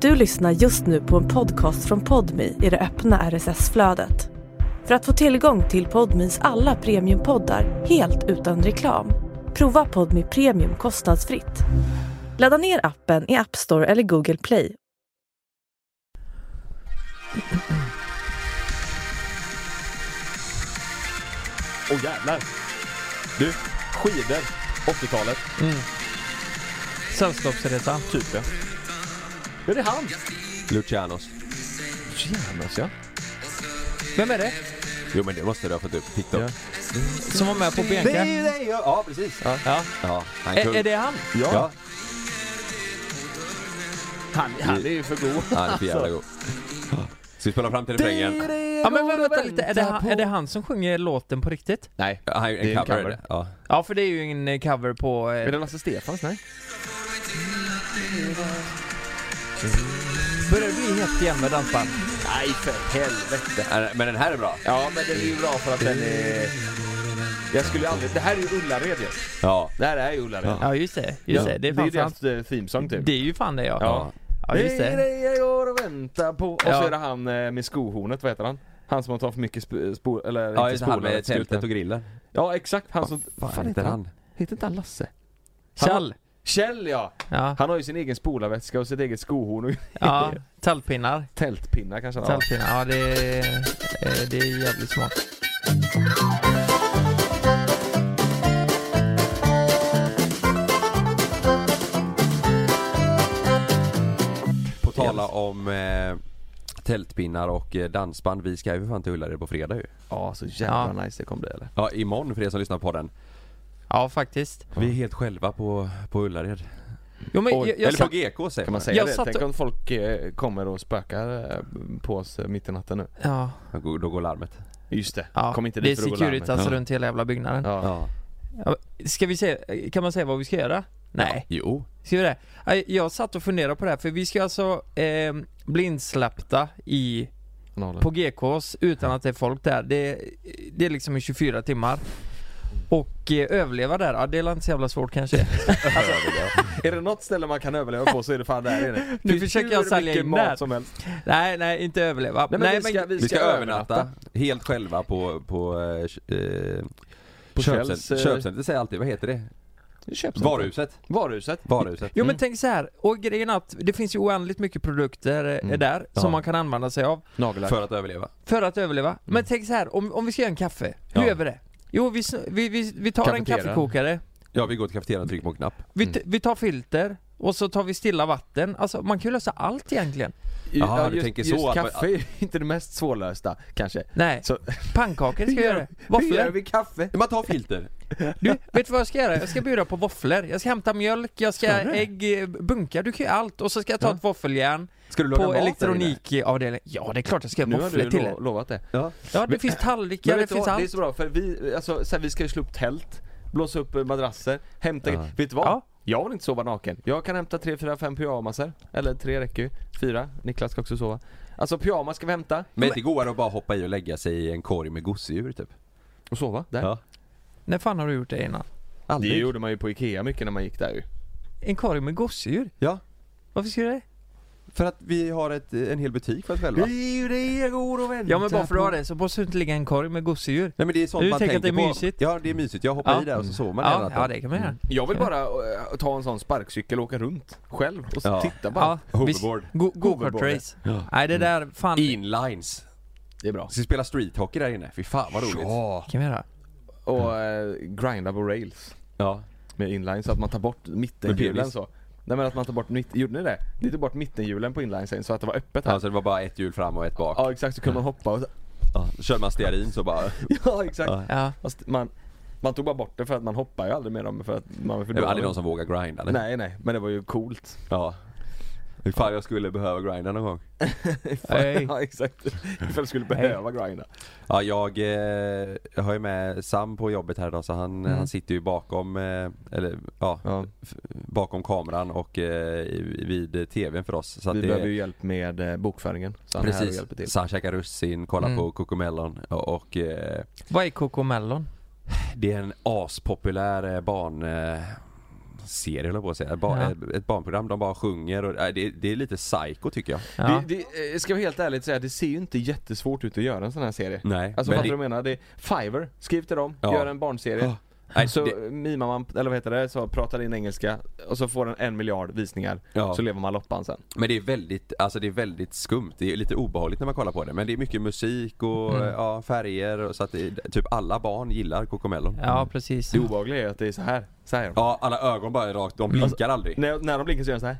Du lyssnar just nu på en podcast från Podme i det öppna RSS-flödet. För att få tillgång till Podmes alla premiumpoddar helt utan reklam, prova Podme Premium kostnadsfritt. Ladda ner appen i App Store eller Google Play. Åh jävlar. Du, skidor 80-talet. Sällskapsresan. Typ ja. Ja, det är han. Lucianos, Ja. Vem är det? jo men det måste du ha fått upp på TikTok. Ja. Som var med på Det Benka? är ju det, ja precis. Ja. Ja. Ja, han är kung. Är det han? Ja, Han är ju för god. han är för jävla god. Ska vi spela fram till refrängen? Ja, men vänta lite. Är det han som sjunger låten på riktigt? Nej, Ja, han är det är en en cover. cover. Ja. Ja, för det är ju en cover på... är det Lasse Stefans? Nej. Börjar det bli helt igen med dansband? Nej, för helvete. Men den här är bra. Ja, men den är ju bra för att den är... Jag skulle aldrig... Det här är ju Ullared ju. Ja. Det här är ju Ullared. Ja, just det. Just det. Det är det är fan sant. deras themesång typ. Det är ju fan det, ja. Ja. Ja, just Det är det. det jag går och väntar på. Och Ja. så är det han med skohornet, vad heter han? Han som har tagit för mycket eller Ja, inte just det, han spolar, med tältet och grillen. Ja, exakt. Han som... Fan heter han? Heter inte han Lasse? Kjell. Kjell, ja. Ja. Han har ju sin egen spolarvätska och sitt eget skohorn och Ja, tältpinnar. tältpinnar kanske han har. Tältpinnar, ja det är jävligt smart. På tala om tältpinnar och dansband. Vi ska ju fan till Ullared på fredag ju. Ja, så jävla nice det kommer bli, eller? Ja, imorgon för er som lyssnar på den. Ja, faktiskt. Vi är helt själva på Ullared. Jo, men Oj, jag Eller satt- på GK säger Kan man man. säga Jag det? satt Tänk och- om folk kommer och spökar på oss mitt i natten nu. Ja, Då går larmet. Just det. ja. Kom inte det är dit för att gå Securitas larmet. runt hela jävla byggnaden. Ja. Ja. Ja, ska vi se, kan man säga vad vi ska göra? Nej. Jo. Ska vi det? Jag satt och funderade på det här, för vi ska alltså bli insläppta på GKs utan att det är folk där. Det är liksom i 24 timmar. Och överleva där, ja, det är inte så jävla svårt kanske. Är det något ställe man kan överleva på så är det fan där inne. Nu försöker jag sälja in där. som helst. Nej, inte överleva. Nej, men Vi ska övernatta helt själva på köpcentret. Det säger alltid, vad heter det? Varuhuset. Jo, men tänk så här. Och grejen är att det finns ju oändligt mycket produkter där som man kan använda sig av Nagellack. För att överleva. Men tänk så här, om vi ska göra en kaffe, hur Ja. gör vi det? Jo, vi tar en Kafeteria. kaffekokare. Ja, vi går till kafeterian och trycker på en knapp. Vi tar filter och så tar vi stilla vatten. Alltså man kan ju lösa allt egentligen. Jaha, du tänker så just att- kaffe är inte det mest svårlösta, kanske. Nej, Så, pannkakor ska jag göra. hur gör Våfflor. vi kaffe? Man tar filter. Du, vet du vad jag ska göra? Jag ska bjuda på våfflor. Jag ska hämta mjölk, jag ska ägg, bunkar, du kan ju allt. Och så ska jag ta ett våffeljärn Ska du laga på mat där inne? elektronikavdelningen. Ja, det är klart jag ska Nu göra har våfflor du till er. lovat det. Ja. Ja, det finns tallrikar, Men det vet du finns vad? Det är allt. så bra, för vi ska ju slå upp tält, blåsa upp madrasser, hämta... Ja. Vet du vad? Ja. Jag vill inte sova naken. Jag kan hämta 3, 4, 5 pyjamaser. Eller 3 räcker ju. 4. Niklas ska också sova. Alltså pyjamas ska vi hämta. Men det går att bara hoppa i och lägga sig i en korg med gosedjur typ. Och sova där. Ja. När fan har du gjort det innan? Det gjorde man ju på Ikea mycket när man gick där ju. En korg med gosedjur? Ja. Varför ska du det? För att vi har en hel butik för oss själva. är ju det jag går och väntar Ja, men bara för att ha det så måste du inte ligga en korg med gosedjur. Nej, men det är sånt Du man tänker tänker att det är på. mysigt? Ja, det är mysigt. Jag hoppar Ja. i där och så sover man Ja, hela natten. ja, det kan man göra. Jag vill bara ta en sån sparkcykel och åka runt själv och Ja. titta bara. Ja, Hoverboard. Go-kart-race. Ja. Nej, det där, fan, Inlines. Det är bra. Vi ska spela streethockey där inne. Fy fan vad roligt. Ja. kan vi göra. Och grinda på rails Ja. med inline så att man tar bort Med mittenhjulen penis. så. Nej, men att man tar bort gjorde ni det? Ni tog bort mittenhjulen på inline sen så att det var öppet här. Alltså det var bara ett hjul fram och ett bak. Ja, exakt, så kunde man hoppa och så. Ja. Då körde man stearin så bara. Ja, exakt. Ja. Ja. Fast man tog bara bort det för att man hoppar ju aldrig med dem för att man var för Det var aldrig dålig. någon som vågar grinda eller? Nej, men det var ju coolt. Ja. Hur fan jag skulle behöva grinda någon gång. Hej. Ja, exakt. Ifall jag skulle behöva grinda. Ja, jag har ju med Sam på jobbet här idag så han sitter ju bakom bakom kameran och vid tvn för oss. Så att Vi behöver ju hjälp med bokföringen. Så han är här och precis, hjälper till. så han käkar russin, kollar på Cocomelon och Vad är Cocomelon? det är en aspopulär serie eller på att säga. Ett barnprogram, de bara sjunger och det är lite psycho tycker jag. Ja. Det ska jag helt ärligt säga, det ser ju inte jättesvårt ut att göra en sån här serie. Nej. Alltså vad du menar, det är Fiverr, skriv till dem, gör en barnserie. Så mimar man, eller vad heter det, så pratar in engelska och så får den 1 miljard visningar, så lever man loppan sen. Men det är väldigt skumt, det är lite obehagligt när man kollar på det, men det är mycket musik och färger och så att typ alla barn gillar Cocomelon. Ja, precis. Det obehagliga är att det är så här. Ja, alla ögon bara är rakt, de blinkar aldrig. När de blinkar så gör de så här.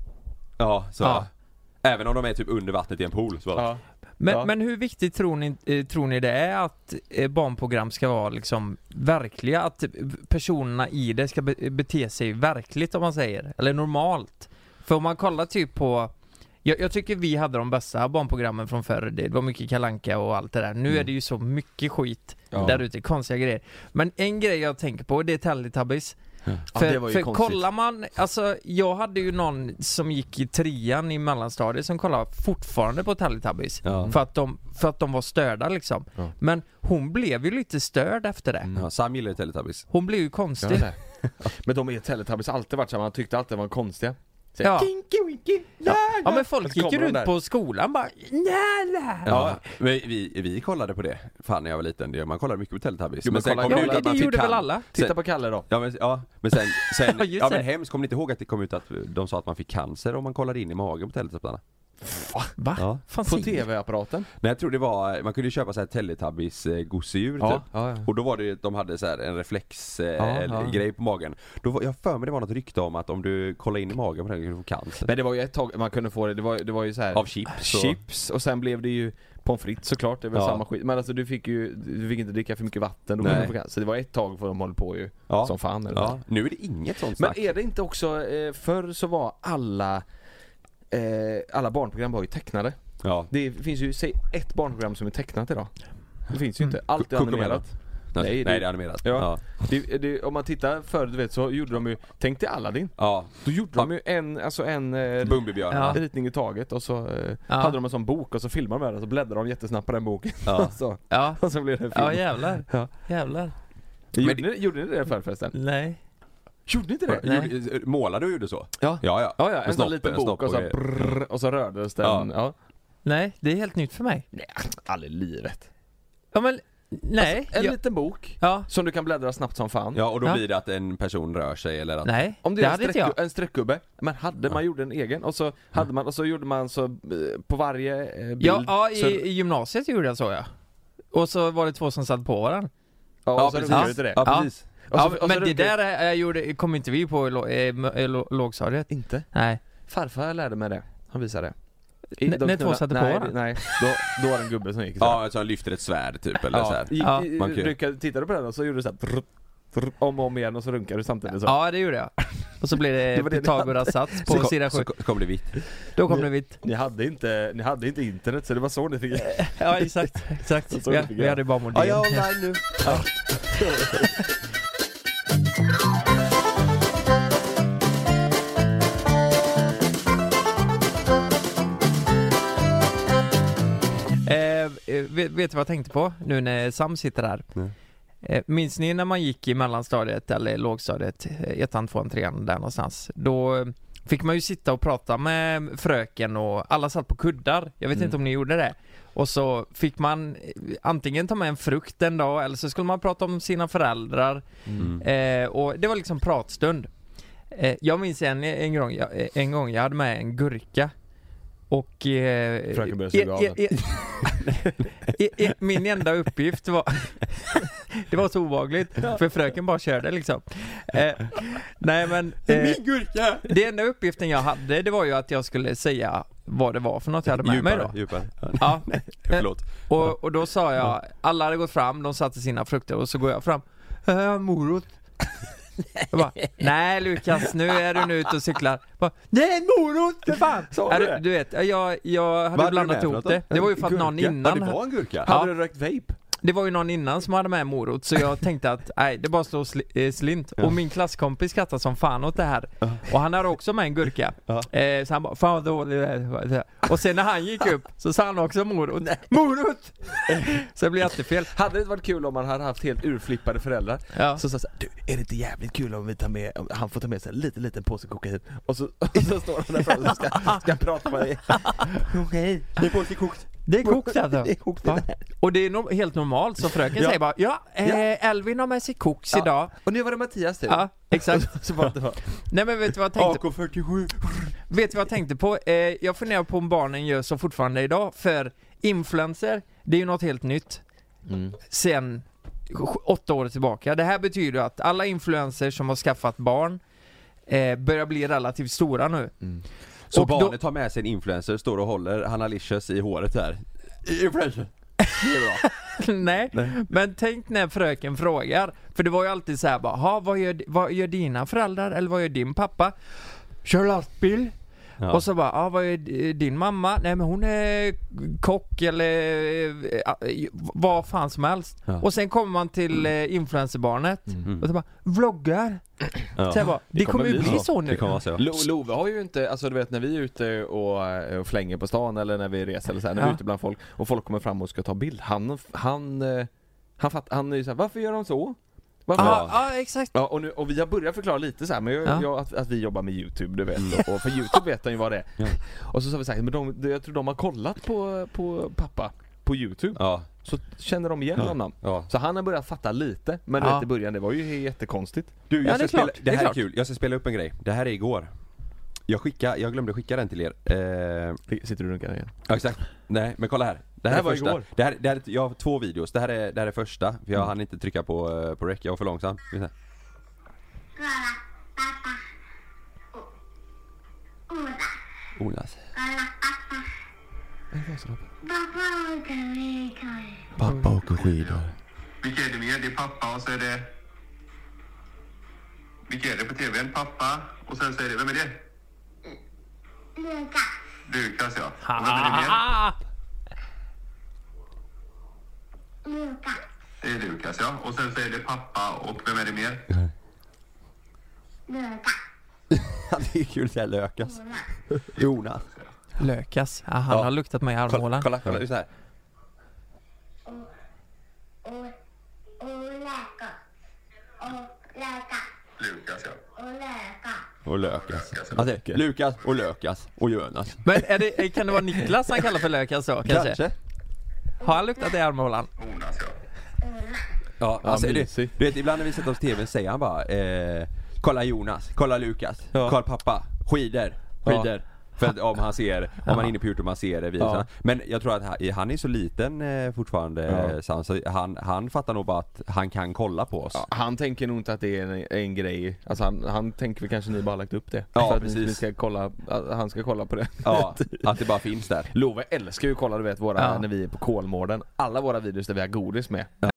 Ja, så. Ja. Även om de är typ under vattnet i en pool så. Ja. Men hur viktigt tror ni det är att barnprogram ska vara liksom verkliga, att personerna i det ska bete sig verkligt om man säger, eller normalt? För om man kollar typ på, jag tycker vi hade de bästa barnprogrammen från förr, det var mycket Kalle Anka och allt det där. Nu är det ju så mycket skit där ute, konstiga grejer. Men en grej jag tänker på, det är Teletubbies. För kollar man, alltså jag hade ju någon som gick i 3:an i mellanstadiet som kollade fortfarande på Teletubbies för att de var störda liksom. Men hon blev ju lite störd efter det. Sam gillar ju Teletubbies. Hon blev ju konstig. Men de är Teletubbies alltid varit så, man tyckte alltid var konstiga. Ja. Ja, men folk gick ju ut på skolan bara Ja, men vi kollade på det. Fan, när jag var liten, man kollade mycket på Teletubbies. Men sen kom det gjorde väl alla. Titta på Kalle då. Men sen men hemskt, kom ni inte ihåg att det kom ut att de sa att man fick cancer om man kollade in i magen på Teletubbies? Va? Ja. På tv-apparaten? Nej, jag tror det var, man kunde ju köpa så här Teletubbies gosedjur typ. Och då var det, de hade så här en reflex grej på magen. Jag för mig det var något rykte om att om du kollar in i magen på den kunde du få cancer. Men det var ju ett tag man kunde få det var ju så här av chips och sen blev det ju pommes frites såklart, det var samma skit. Men alltså du fick inte dricka för mycket vatten, så det var ett tag för de håller på ju som fan eller så. Nu är det inget sånt snack. Men är det inte också förr så var alla barnprogram var ju tecknade. Ja. Det finns ju ett barnprogram som är tecknat idag. Det finns ju inte. Allt är animerat. Nej, det är animerat. Ja. Om man tittar förr, du vet, så gjorde de ju, tänk dig Aladdin. Ja. Då gjorde de ju en Bumbibjörn ritning i taget och så hade de en sån bok och så filmade de den och så bläddrade de jättesnabbt på den boken. Och så blev det en film. Ja, jävlar. Gjorde ni det förresten? Nej. Gjorde inte det? Nej. Målade du gjorde så? Ja. En sån liten bok och så rördes den. Ja. Nej, det är helt nytt för mig. Nej, aldrig livet. Ja, men nej. Alltså, en liten bok som du kan bläddra snabbt som fan. Ja, och då blir det att en person rör sig eller att... Nej, om det är en streckgubbe. Men man gjorde en egen och så hade man, och så gjorde man så på varje bild. I gymnasiet gjorde jag så, Och så var det 2 som satt på varandra. Ja, så precis. Det. Ja, precis. Men det där kom inte vi på lågstadiet. Inte? Nej. Farfar lärde mig det. Han visade det. När 2 satte på varandra? Nej, då var det en gubbe som gick så. Ja, så han lyfter ett svärd typ eller så här. Tittade du på den och så gjorde du så här om och om igen och så runkade du samtidigt så. Ja, det gjorde jag. Och så blev det Pythagoras sats på sida 7. Så kom det vitt. Då kom det vitt. Ni hade inte internet så det var så ni fick. Ja, exakt. Vi hade bara modem. Ja, online nu. Ja. Vet du vad jag tänkte på nu när Sam sitter här? Minns ni när man gick i mellanstadiet eller lågstadiet, 1:an, 2:an, 3:an där någonstans? Då fick man ju sitta och prata med fröken och alla satt på kuddar. Jag vet inte om ni gjorde det. Och så fick man antingen ta med en frukt en dag eller så skulle man prata om sina föräldrar. Och det var liksom pratstund. Jag minns en gång jag hade med en gurka. Och fröken började suga av den. Min enda uppgift var det var så obehagligt för fröken bara körde liksom. Nej men min gurka. Det enda uppgiften jag hade, det var ju att jag skulle säga vad det var för något jag hade med mig då. Djupare. Ja. Förlåt. Och då sa jag, alla hade gått fram, de satte sina frukter och så går jag fram. Morot. Jag bara, nej Lukas, nu är du nu ute och cyklar. Bara, nej, morot, för fan. Du vet, jag hade blandat ihop det. Det var ju för att någon innan. Det var en gurka. Hade du rökt vape? det var ju någon innan som hade med morot, så jag tänkte att nej, det bara slå slint. Och min klasskompis skrattade som fan åt det här. Och han hade också med en gurka. Så han bara, fan dåligt. Och sen när han gick upp så sa han också morot. Morot! Så det blev jättefel. Hade det varit kul om man hade haft helt urflippade föräldrar? Ja. Så sa så här, du, är det inte jävligt kul om vi tar med, om han får ta med sig en liten påse kokain? Och så står han där framme och ska prata med dig. Okej, det är påse kokt. Det är kokt alltså. Det är kokt. Och det är helt normalt, så fröken säger bara Elvin har med sig koks idag. Och nu var det Mattias typ. Ja, exakt. Så var det. Nej, men vet du vad jag tänkte? AK47. Vet du vad jag tänkte på? Jag funderar på om barnen gör så fortfarande idag. För influencer, det är ju något helt nytt. Sen 8 år tillbaka. Det här betyder att alla influencers som har skaffat barn börjar bli relativt stora nu. Så och barnet tar med sig en influencer, står och håller Hanna Licious i håret här. Influencer. Det är bra. Nej, men tänk när fröken frågar. För det var ju alltid så här bara, vad gör dina föräldrar? Eller vad gör din pappa? Kör lastbil. Ja. Och så bara, vad är din mamma? Nej, men hon är kock eller vad fan som helst. Ja. Och sen kommer man till influencerbarnet och så bara, vloggar. Ja. Så bara, det kommer ju bli så nu. Love har ju inte, alltså du vet när vi är ute och flänger på stan eller när vi reser eller så här, när vi är ute bland folk och folk kommer fram och ska ta bild. Han är ju så här, varför gör de så? Ja, exakt. Ja, och vi har börjat förklara lite så här, men att vi jobbar med YouTube, du vet. Och för YouTube vet han ju vad det är. Ja. Och så sa vi så här, men jag tror de har kollat på pappa på YouTube. Ja. Så känner de igen honom. Ja. Så han har börjat fatta lite, men du vet i början det var ju jättekonstigt. Du, det här är kul. Jag ska spela upp en grej. Det här är igår. Jag glömde skicka den till er. Sitter du runkar igen? Ja, exakt. Nej, men kolla här. Det här var första. Igår. Det här, jag har 2 videos. Det här är första. För jag hann inte trycka på rec. Jag var för långsam. Olas. Pappa åker skidor. Vilka är det mer? Det är pappa och så är det... Vilka är det på tvn? Pappa och sen så är det... Vem är det? Lukas, ja. Och vem är det mer? Det är Lukas, ja. Och sen så är det pappa och vem är det mer? Det är kul att säga Lökas. Jonas. Lökas. Ja, han har luktat mig i armhålan. Kolla så här. Lukas, ja. Och Lökas. Alltså, Lukas och Lökas och Jonas. Men kan det vara Niklas han kallar för Lökas så? Kanske. Har han luktat i armhålan? Jonas, ja. Ja, alltså du vet, ibland när vi sätter oss på tv säger han bara kolla Jonas, kolla Lukas, kolla pappa, skidor. För att om man är inne på YouTube man ser det videorna. Men jag tror att han är så liten fortfarande så han fattar nog bara att han kan kolla på oss. Ja, han tänker nog inte att det är en grej. Alltså han tänker väl kanske ni bara lagt upp det. Ja, för att precis. Ni ska kolla, han ska kolla på det. Ja, att det bara finns där. Love älskar ju kolla, du vet, när vi är på Kolmården. Alla våra videos där vi har godis med. Ja.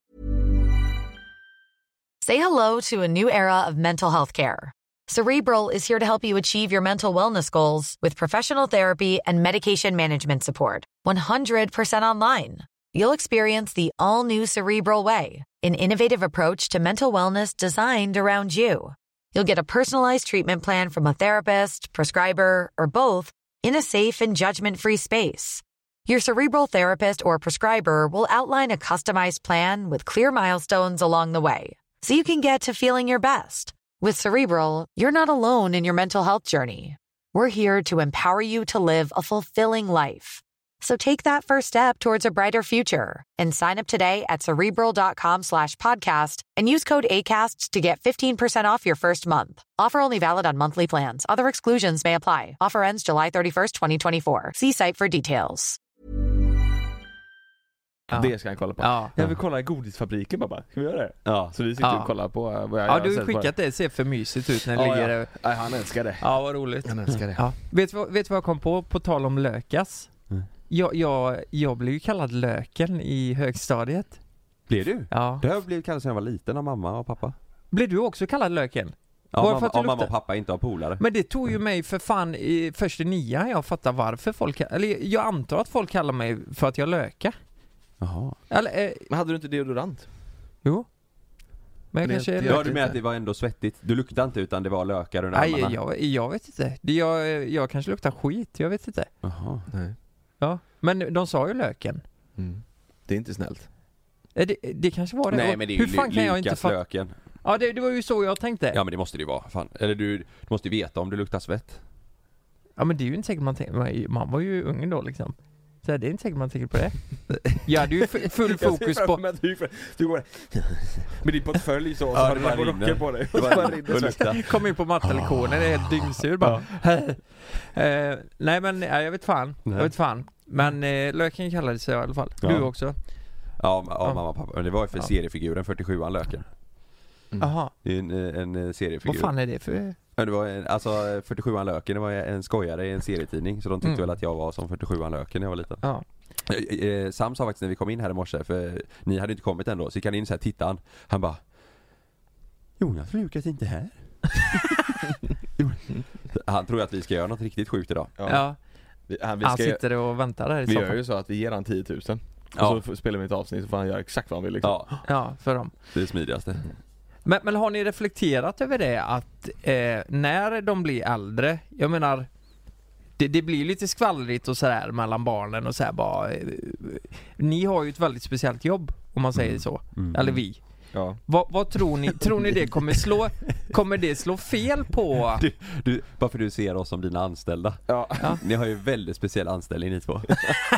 Say hello to a new era of mental health care. Cerebral is here to help you achieve your mental wellness goals with professional therapy and medication management support. 100% online. You'll experience the all-new Cerebral Way, an innovative approach to mental wellness designed around you. You'll get a personalized treatment plan from a therapist, prescriber, or both in a safe and judgment-free space. Your Cerebral therapist or prescriber will outline a customized plan with clear milestones along the way, so you can get to feeling your best. With Cerebral, you're not alone in your mental health journey. We're here to empower you to live a fulfilling life. So take that first step towards a brighter future and sign up today at Cerebral.com/podcast and use code ACAST to get 15% off your first month. Offer only valid on monthly plans. Other exclusions may apply. Offer ends July 31st, 2024. See site for details. Ja. Det ska jag kolla på. Ja. Jag vill kolla i godisfabriken, pappa. Ska vi göra det? Ja. Så vi sitter och kollar på vad jag du har skickat det. Ser för mysigt ut när det ligger där. Ja, han älskar det. Ja, vad roligt. Han älskar det. Ja. Vet du vad jag kom på tal om Lökas? Jag blev ju kallad Löken i högstadiet. Blev du? Ja. Det har blivit kallad sedan jag var liten av mamma och pappa. Blev du också kallad Löken? Ja, mamma och pappa inte har polare. Men det tog ju mig för fan i första 9 jag fattar varför folk... Eller jag antar att folk kallar mig för att jag lökar. Jaha. Eller, Men hade du inte deodorant? Jo. Men jag kanske... Ja, du menar att det var ändå svettigt? Du luktade inte utan det var lökar under armarna? Nej, jag vet inte. Jag kanske luktar skit, jag vet inte. Jaha. Nej. Ja, men de sa ju löken. Det är inte snällt. Det kanske var det. Nej, men det är ju hur fan kan jag inte löken. Ja, det var ju så jag tänkte. Ja, men det måste det ju vara. Fan. Eller du måste ju veta om det luktar svett. Ja, men det är ju inte säkert man tänker. Man var ju ung då liksom. Så det är inte säkert man tänker på det. Jag hade ju full fokus på... Du går med din portfölj så har du bara rocker på dig. Kom in på mattelektionen, det är helt dyngsur bara. Nej, men jag vet fan. Men löken kallade sig i alla fall. Du också. Ja, mamma och pappa. Det var ju för seriefiguren 47an löken. Jaha. Det är en seriefigur. Vad fan är det för... Ja, det var 47an löken, det var en skojare i en serietidning. Så de tyckte väl att jag var som 47an löken när jag var liten. Ja. Sam sa faktiskt när vi kom in här i morse, för ni hade inte kommit ändå, så gick han in så här, tittade han bara: Jonas Lukas är inte här. Han tror att vi ska göra något riktigt sjukt idag. Ja. Han sitter och väntar där i soffan. Vi gör ju så att vi ger han 10 000. Och så spelar vi ett avsnitt så får han göra exakt vad han vill liksom. Ja, för dem. Det är det smidigaste. Men har ni reflekterat över det att när de blir äldre, jag menar det blir lite skvallrigt och sådär mellan barnen och såhär bara, ni har ju ett väldigt speciellt jobb om man säger så, eller vi. Ja. Vad tror ni det kommer det slå fel på? Du, varför du ser oss som dina anställda. Ja. Ni har ju väldigt speciell anställning ni två.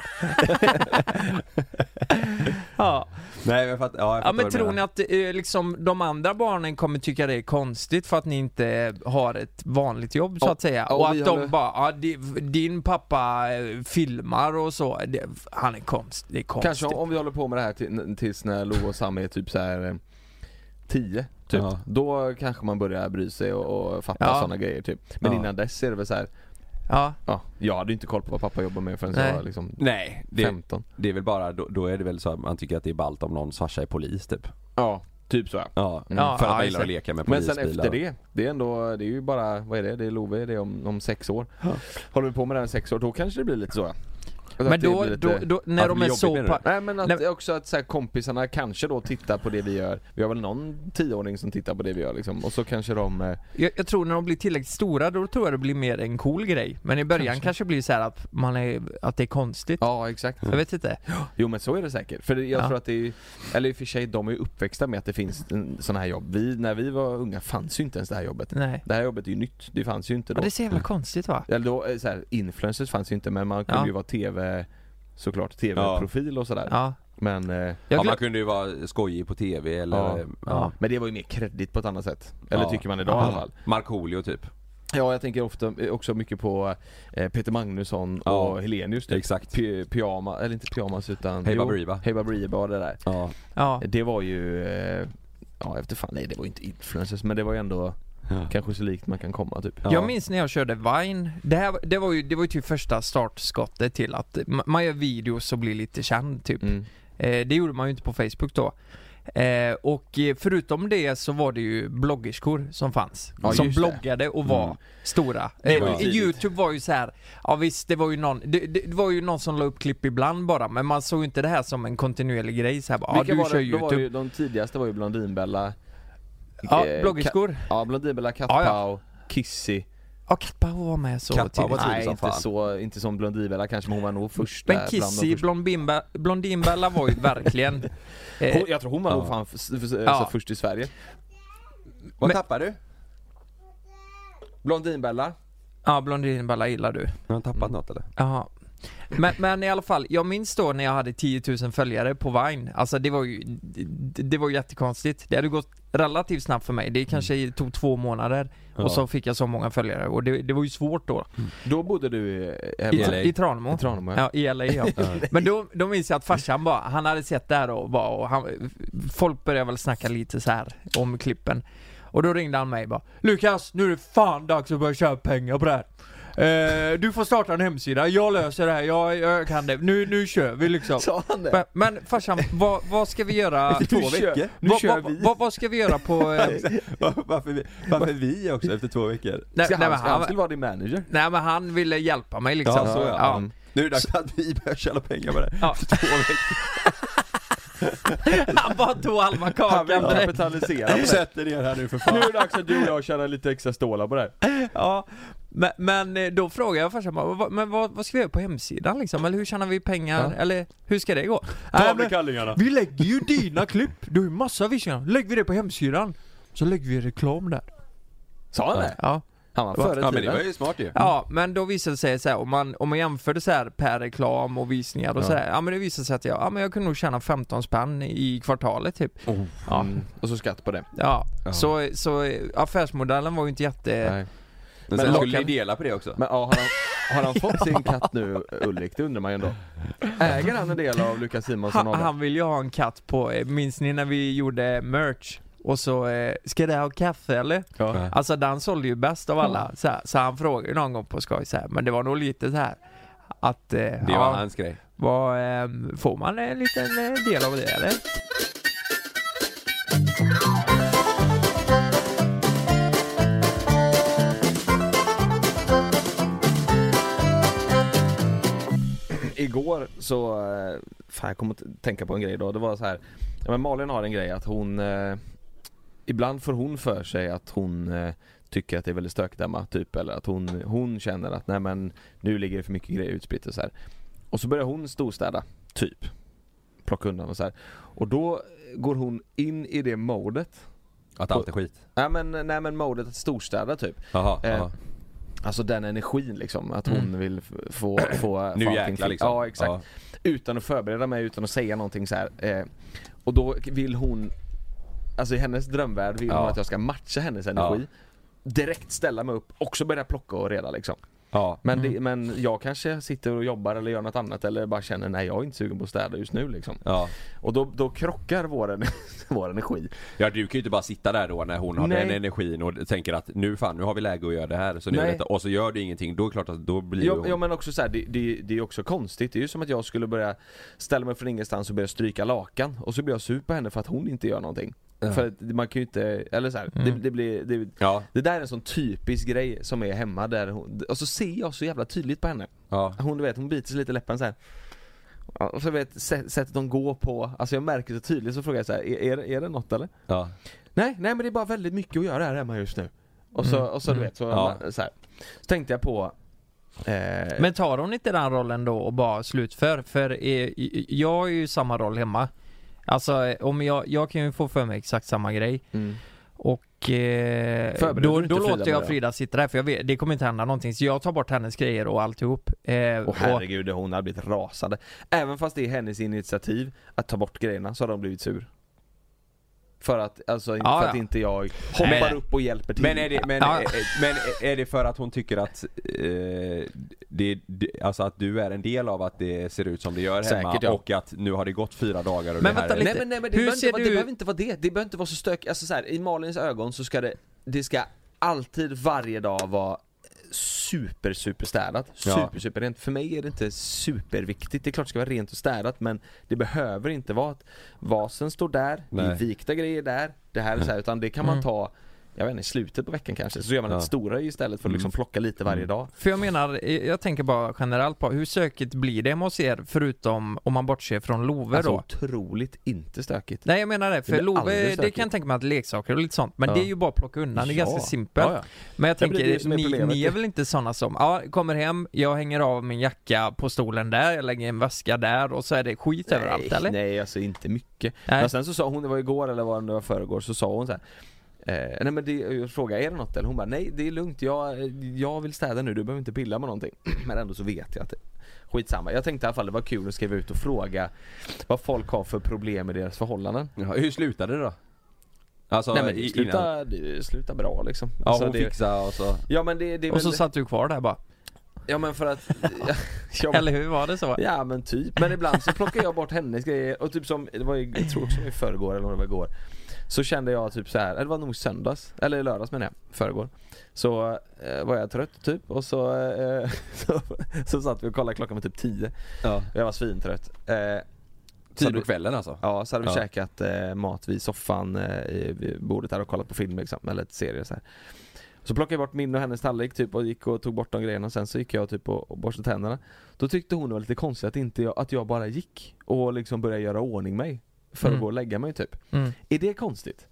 Ja. Nej, jag fattar men tror ni att liksom de andra barnen kommer tycka det är konstigt för att ni inte har ett vanligt jobb så att säga, och att de bara din pappa filmar och så, han är det är konstigt. Kanske om vi håller på med det här tills när Lo och Sam är typ så här 10 typ. Då kanske man börjar bry sig och fatta sådana grejer typ. Men innan dess är det väl så här. Ja, jag hade inte koll på vad pappa jobbar med förrän jag var liksom 15. Det är väl bara, då är det väl så att man tycker att det är ballt om någon farsa är polis typ. Ja, typ så. För att man gillar att leka med polisbilar. Men sen efter det är ändå, det är ju bara, vad är det? Det är Love, det är om 6 år. Håller vi på med det här 6 år, då kanske det blir lite så. Men då när de är så nej, men att också att så här, kompisarna kanske då tittar på det vi gör. Vi har väl någon 10-åring som tittar på det vi gör liksom. Och så kanske de jag tror när de blir tillräckligt stora, då tror jag det blir mer en cool grej. Men i början kanske blir så här att det är konstigt. Ja, exakt. Jag vet inte. Jo, men så är det säkert. För jag tror att det är, eller i och för sig, de är ju uppväxta med att det finns sådana här jobb. När vi var unga fanns ju inte ens det här jobbet. Nej. Det här jobbet är ju nytt. Det fanns ju inte då. Ja, det är så jävla konstigt, va? Eller då, så här, influencers fanns ju inte, men man kunde ju vara tv-profil och sådär. Ja. Men man kunde ju vara skojig på tv eller men det var ju mer kredit på ett annat sätt. Eller tycker man idag i alla fall. Markoolio typ. Ja, jag tänker ofta också mycket på Peter Magnusson och Helenius typ. Exakt. Pyjama, eller inte pyjamas utan Hey Baberiba. Hey Baberiba, det där. Ja. Det var ju det var ju inte influencers, men det var ju ändå kanske så likt man kan komma typ. Jag minns när jag körde Vine. Det var ju typ första startskottet till att man gör videos och blir lite känd typ. Det gjorde man ju inte på Facebook då. Och förutom det så var det ju bloggerskor som fanns, som bloggade och var stora. YouTube var ju så här. Ja visst, det var ju någon det var ju någon som la upp klipp ibland bara, men man såg ju inte det här som en kontinuerlig grej så här bara, du kör YouTube. Var ju, de tidigaste var ju Blondinbella. Bloggerskor. Blondinbella, Kattpau, Kissy. Ja, Kattpau var med så tidigt. Nej, inte som Blondinbella kanske, men hon var nog först. Men Kissy, Blondinbella var ju verkligen jag tror hon var nog fan först i Sverige. Vad tappar du? Blondinbella. Ja, Blondinbella gillar du. Har han tappat något eller? Jaha. Men i alla fall, jag minns då när jag hade 10 000 följare på Vine. Alltså det var ju jättekonstigt. Det hade gått relativt snabbt för mig. Det kanske tog 2 månader och så fick jag så många följare. Och det var ju svårt då. Då bodde du i Tranemo. Ja, i LA, ja. Men då minns jag att farsan bara, han hade sett det här och folk började väl snacka lite så här om klippen. Och då ringde han mig bara: Lukas, nu är det fan dags att börja köpa pengar på det här. Du får starta en hemsida. Jag löser det här. Jag kan det. Nu kör vi liksom. Sa han det? Men farsan, vad ska vi göra? Efter 2 veckor. Nu kör vi. Vad ska vi göra på varför vi också efter 2 veckor? Han skulle vara din manager. Nej, men han ville hjälpa mig liksom. Ja, så. Nu är det dags att vi börjar tjäna pengar på det. 2 veckor. Han bara tog halva kakan. Han vill kapitalisera på det. Sätter ner här nu för fan. Nu är det dags att du och jag tjänar lite extra stålar på det här. Ja, men då frågar jag farsan, vad ska vi göra på hemsidan liksom? Eller hur tjänar vi pengar? Ja. Eller hur ska det gå? Tavlekallingarna. Vi lägger ju dina klipp. Du har ju massa visningar. Lägger vi det på hemsidan, så lägger vi reklam där. Sa han det? Ja. Han var före ja, men det var ju smart ju. Ja, men då visade det sig så här, om man jämförde så här per reklam och visningar och så här, ja men det visade sig att men jag kunde nog tjäna 15 spänn i kvartalet typ. Ja. Och så skatt på det. Ja. Så affärsmodellen var ju inte jätte... Nej. Men sen skulle ni dela på det också. Men ja, har han fått sin katt nu, Ulrik? Det undrar man ju ändå. Äger han en del av Lukas Simonsson? Han vill ju ha en katt på, minns ni när vi gjorde merch? Och så, ska det ha kaffe eller? Ja. Alltså den sålde ju bäst av alla. Så han frågade ju någon gång på skoj så här, men det var nog lite så här att... det var hans grej. Får man en liten del av det eller? Igår så, jag kom att tänka på en grej då. Det var så här, men Malin har en grej att hon, ibland får hon för sig att hon tycker att det är väldigt stökigt hemma typ, eller att hon känner att nej men nu ligger det för mycket grejer utspritt och så här. Och så börjar hon storstäda typ, plocka undan och så här. Och då går hon in i det modet att allt är skit. Nej men modet att storstäda typ. Aha. Alltså den energin liksom, att hon vill få nu jäkla liksom. Ja, exakt. Ja. Utan att förbereda mig, utan att säga någonting så här. Och då vill hon, alltså i hennes drömvärld vill hon att jag ska matcha hennes energi. Direkt ställa mig upp, också börja plocka och reda liksom. Ja. Men jag kanske sitter och jobbar eller gör något annat, eller bara känner nej, jag är inte sugen på att städa just nu liksom. Ja. Och då krockar vår energi. Ja, du kan ju inte bara sitta där då när hon har den energin och tänker att nu har vi läge att göra det här, så nu detta, och så gör det ingenting, då är det klart att då blir hon... Ja, men också så här, det är också konstigt. Det är ju som att jag skulle börja ställa mig från ingenstans och börja stryka lakan, och så blir jag sur på henne för att hon inte gör någonting. För att man kan ju inte, eller så här, det där är en sån typisk grej som är hemma där hon, och så ser jag så jävla tydligt på henne. Ja. Hon biter sig lite i läppen så här. Och så sättet de går på, alltså jag märker så tydligt, så frågar jag så här, är det något eller? Ja. Nej, men det är bara väldigt mycket att göra här hemma just nu. Och så du vet, så här. Så tänkte jag på men tar hon inte den rollen då och bara slutför? För jag är ju samma roll hemma. Alltså om jag kan ju få för mig exakt samma grej. Och då låter jag Frida sitta där, för jag vet, det kommer inte hända någonting. Så jag tar bort hennes grejer och alltihop. Och herregud, hon har blivit rasande. Även fast det är hennes initiativ att ta bort grejerna, så har de blivit sur. För att, alltså, för att inte jag hoppar upp och hjälper till. Men är det för att hon tycker att alltså att du är en del av att det ser ut som det gör hemma? Säkert, och att nu har det gått 4 dagar och men det här vänta lite. Nej, men det behöver inte vara det. Det behöver inte vara så stökigt. Alltså så här, i Malins ögon så ska det ska alltid varje dag vara super städat. Super rent. För mig är det inte superviktigt. Det är klart det ska vara rent och städat, men det behöver inte vara att vasen står där, i vikta grejer där. Det här är så här, utan det kan man ta, jag vet inte, i slutet på veckan kanske. Så gör man ett stora istället för att liksom plocka lite varje dag. För jag tänker bara generellt på hur stökigt blir det hos er, förutom om man bortser från Love alltså, då? Otroligt inte stökigt. Nej, jag menar det. För Love, det kan jag tänka mig att leksaker och lite sånt. Men det är ju bara att plocka undan. Det är ganska simpelt. Ja. Men jag tänker, ni är väl inte såna som, kommer hem, jag hänger av min jacka på stolen där, jag lägger en väska där och så är det skit överallt, eller? Nej, alltså inte mycket. Men sen så sa hon, det var igår eller var det var förrgår, så sa hon så här: nej men jag frågade, är det något? Eller hon bara, nej det är lugnt, jag vill städa nu, du behöver inte pilla med någonting. Men ändå så vet jag att skitsamma. Jag tänkte i alla fall det var kul att skriva ut och fråga vad folk har för problem i deras förhållanden. Ja, hur slutade det då? Alltså, nej men det slutar bra liksom. Ja, alltså, hon fixade och så. Ja, men det och så satt du kvar där bara. Ja, men för att eller hur var det så? Ja, men typ. Men ibland så plockar jag bort hennes grejer. Och typ som, det var jag tror också i förrgår eller vad det var igår, så kände jag typ så här, det var nog söndags eller lördags menar jag, förrgår. Så var jag trött typ, och så satt vi och kollade, klockan med typ 10. Ja. Jag var svintrött. 10 på kvällen alltså? Ja, så hade vi käkat mat vid soffan vid bordet här och kollat på film liksom, eller ett serie så här. Så plockade jag bort min och hennes tallrik typ, och gick och tog bort de grejerna, och sen så gick jag typ och borstade tänderna. Då tyckte hon det var lite konstigt att jag bara gick och liksom började göra ordning mig. för att gå och lägga mig typ. Är det konstigt?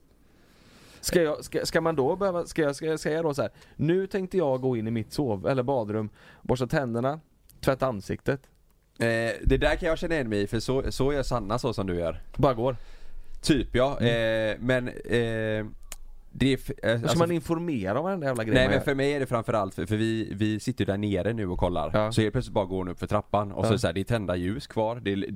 Ska man då behöva, ska jag då så här, nu tänkte jag gå in i mitt eller badrum, borsta tänderna, tvätta ansiktet. Det där kan jag känna igen mig i, för så gör Sanna så som du gör. Bara går. Typ, ja. Men det är, ska man informera om den jävla grejen? Nej, men för mig är det framförallt för vi sitter där nere nu och kollar. Så helt plötsligt bara går hon upp för trappan och så här, det är tända ljus kvar.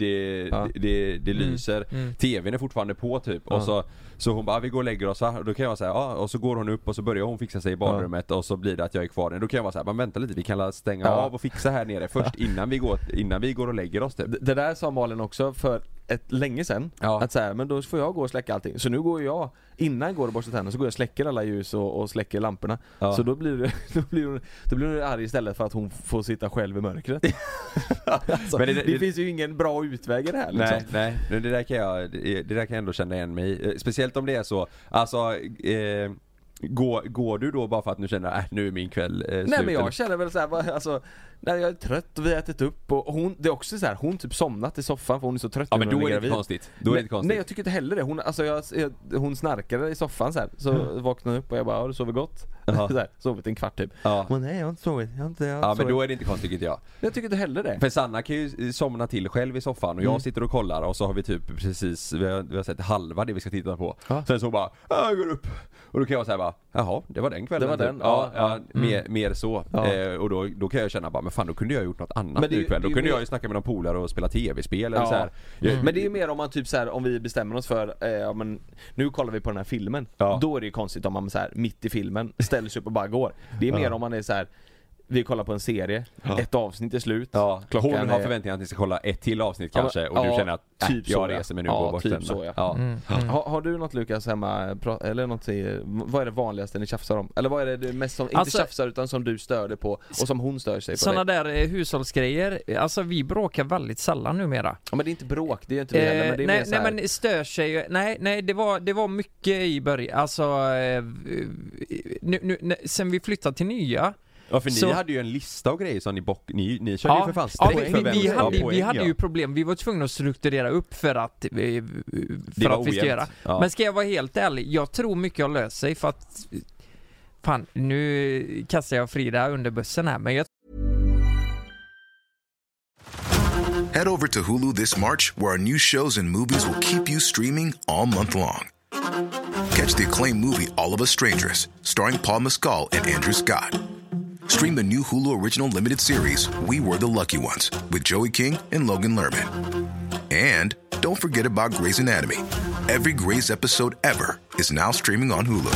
Det lyser. TVn är fortfarande på typ. Och så hon bara, vi går och lägger oss, va? Och då kan jag vara så här, och så går hon upp och så börjar hon fixa sig i badrummet och så blir det att jag är kvar där. Då kan jag vara så här, men vänta lite, vi kan stänga av och fixa här nere först innan vi går och lägger oss typ. Det där sa Malin också för länge sedan, att så här, men då får jag gå och släcka allting. Så nu går jag, innan jag går och borstar tänderna, så går jag och släcker alla ljus och släcker lamporna. Så då blir hon arg istället för att hon får sitta själv i mörkret. Alltså, men det finns ju ingen bra utväg i det här liksom. Nej, men det där kan jag ändå känna igen mig i. Speciellt om det är så, alltså går du då bara för att nu känner nu är min kväll slut? Nej, men jag känner väl så här, alltså, när jag är trött och vi har ätit upp och det är också så här, hon typ somnat i soffan för hon är så trött. Ja, men då är det inte konstigt. Nej, jag tycker inte heller det. Hon snarkade i soffan så här, så vaknade upp och jag bara, har du sovit gott? Så här, sovit en kvart typ. Men nej, jag har inte sovit. Men då är det inte konstigt, tycker jag. Jag tycker inte heller det. För Sanna kan ju somna till själv i soffan och jag sitter och kollar och så har vi typ precis, vi har sett halva det vi ska titta på. Sen så bara, jag går upp. Och då kan jag säga bara, jaha, det var den kvällen. Det var den. Mer så. Och då kan jag känna bara, men fan, då kunde jag gjort något annat nu ikväll. Då kunde jag ju snacka med någon polare och spela tv-spel eller så här. Men det är ju mer om man typ så här, om vi bestämmer oss för men nu kollar vi på den här filmen. Då är det ju konstigt om man så här mitt i filmen ställer sig upp och bara går. Det är mer om man är så här, vi kollar på en serie, ett avsnitt är slut. Hon har förväntningar att ni ska kolla ett till avsnitt kanske och du känner att typ jag reser mig nu och går bort typ så, Har du något, Lukas, hemma eller något, vad är det vanligaste ni tjafsar om? Eller vad är det mest som inte tjafsar utan som du stör dig på och som hon stör sig på? Såna där hushållsgrejer, alltså vi bråkar väldigt sällan numera. Ja, men det är inte bråk, det är inte det heller, men det är nej, men stör sig, nej, det var mycket i början, alltså nu sen vi flyttade till nya. Ja, för ni hade ju en lista och grejer som ni körde ju för fast vi hade ju problem. Vi var tvungna att strukturera upp för att vi ska göra. Men ska jag vara helt ärlig, jag tror mycket har löst sig för att fan, nu kastar jag Frida under bussen här, men jag... Head over to Hulu this March, where our new shows and movies will keep you streaming all month long. Catch the acclaimed movie All of Us Strangers, starring Paul Mescal and Andrew Scott. Stream the new Hulu original limited series We Were the Lucky Ones with Joey King and Logan Lerman. And don't forget about Grey's Anatomy. Every Grey's episode ever is now streaming on Hulu.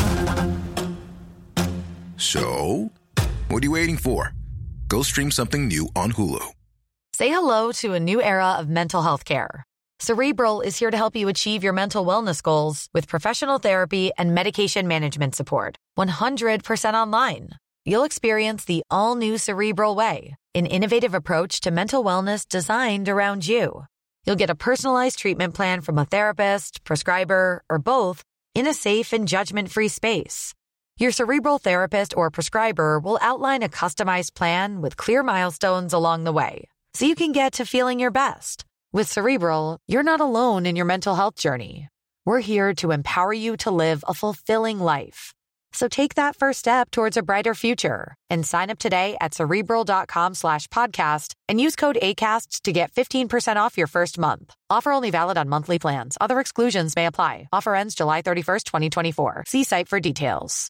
So, what are you waiting for? Go stream something new on Hulu. Say hello to a new era of mental health care. Cerebral is here to help you achieve your mental wellness goals with professional therapy and medication management support. 100% online. You'll experience the all-new Cerebral Way, an innovative approach to mental wellness designed around you. You'll get a personalized treatment plan from a therapist, prescriber, or both in a safe and judgment-free space. Your Cerebral therapist or prescriber will outline a customized plan with clear milestones along the way, so you can get to feeling your best. With Cerebral, you're not alone in your mental health journey. We're here to empower you to live a fulfilling life. So take that first step towards a brighter future and sign up today at Cerebral.com/podcast and use code ACAST to get 15% off your first month. Offer only valid on monthly plans. Other exclusions may apply. Offer ends July 31st, 2024. See site for details.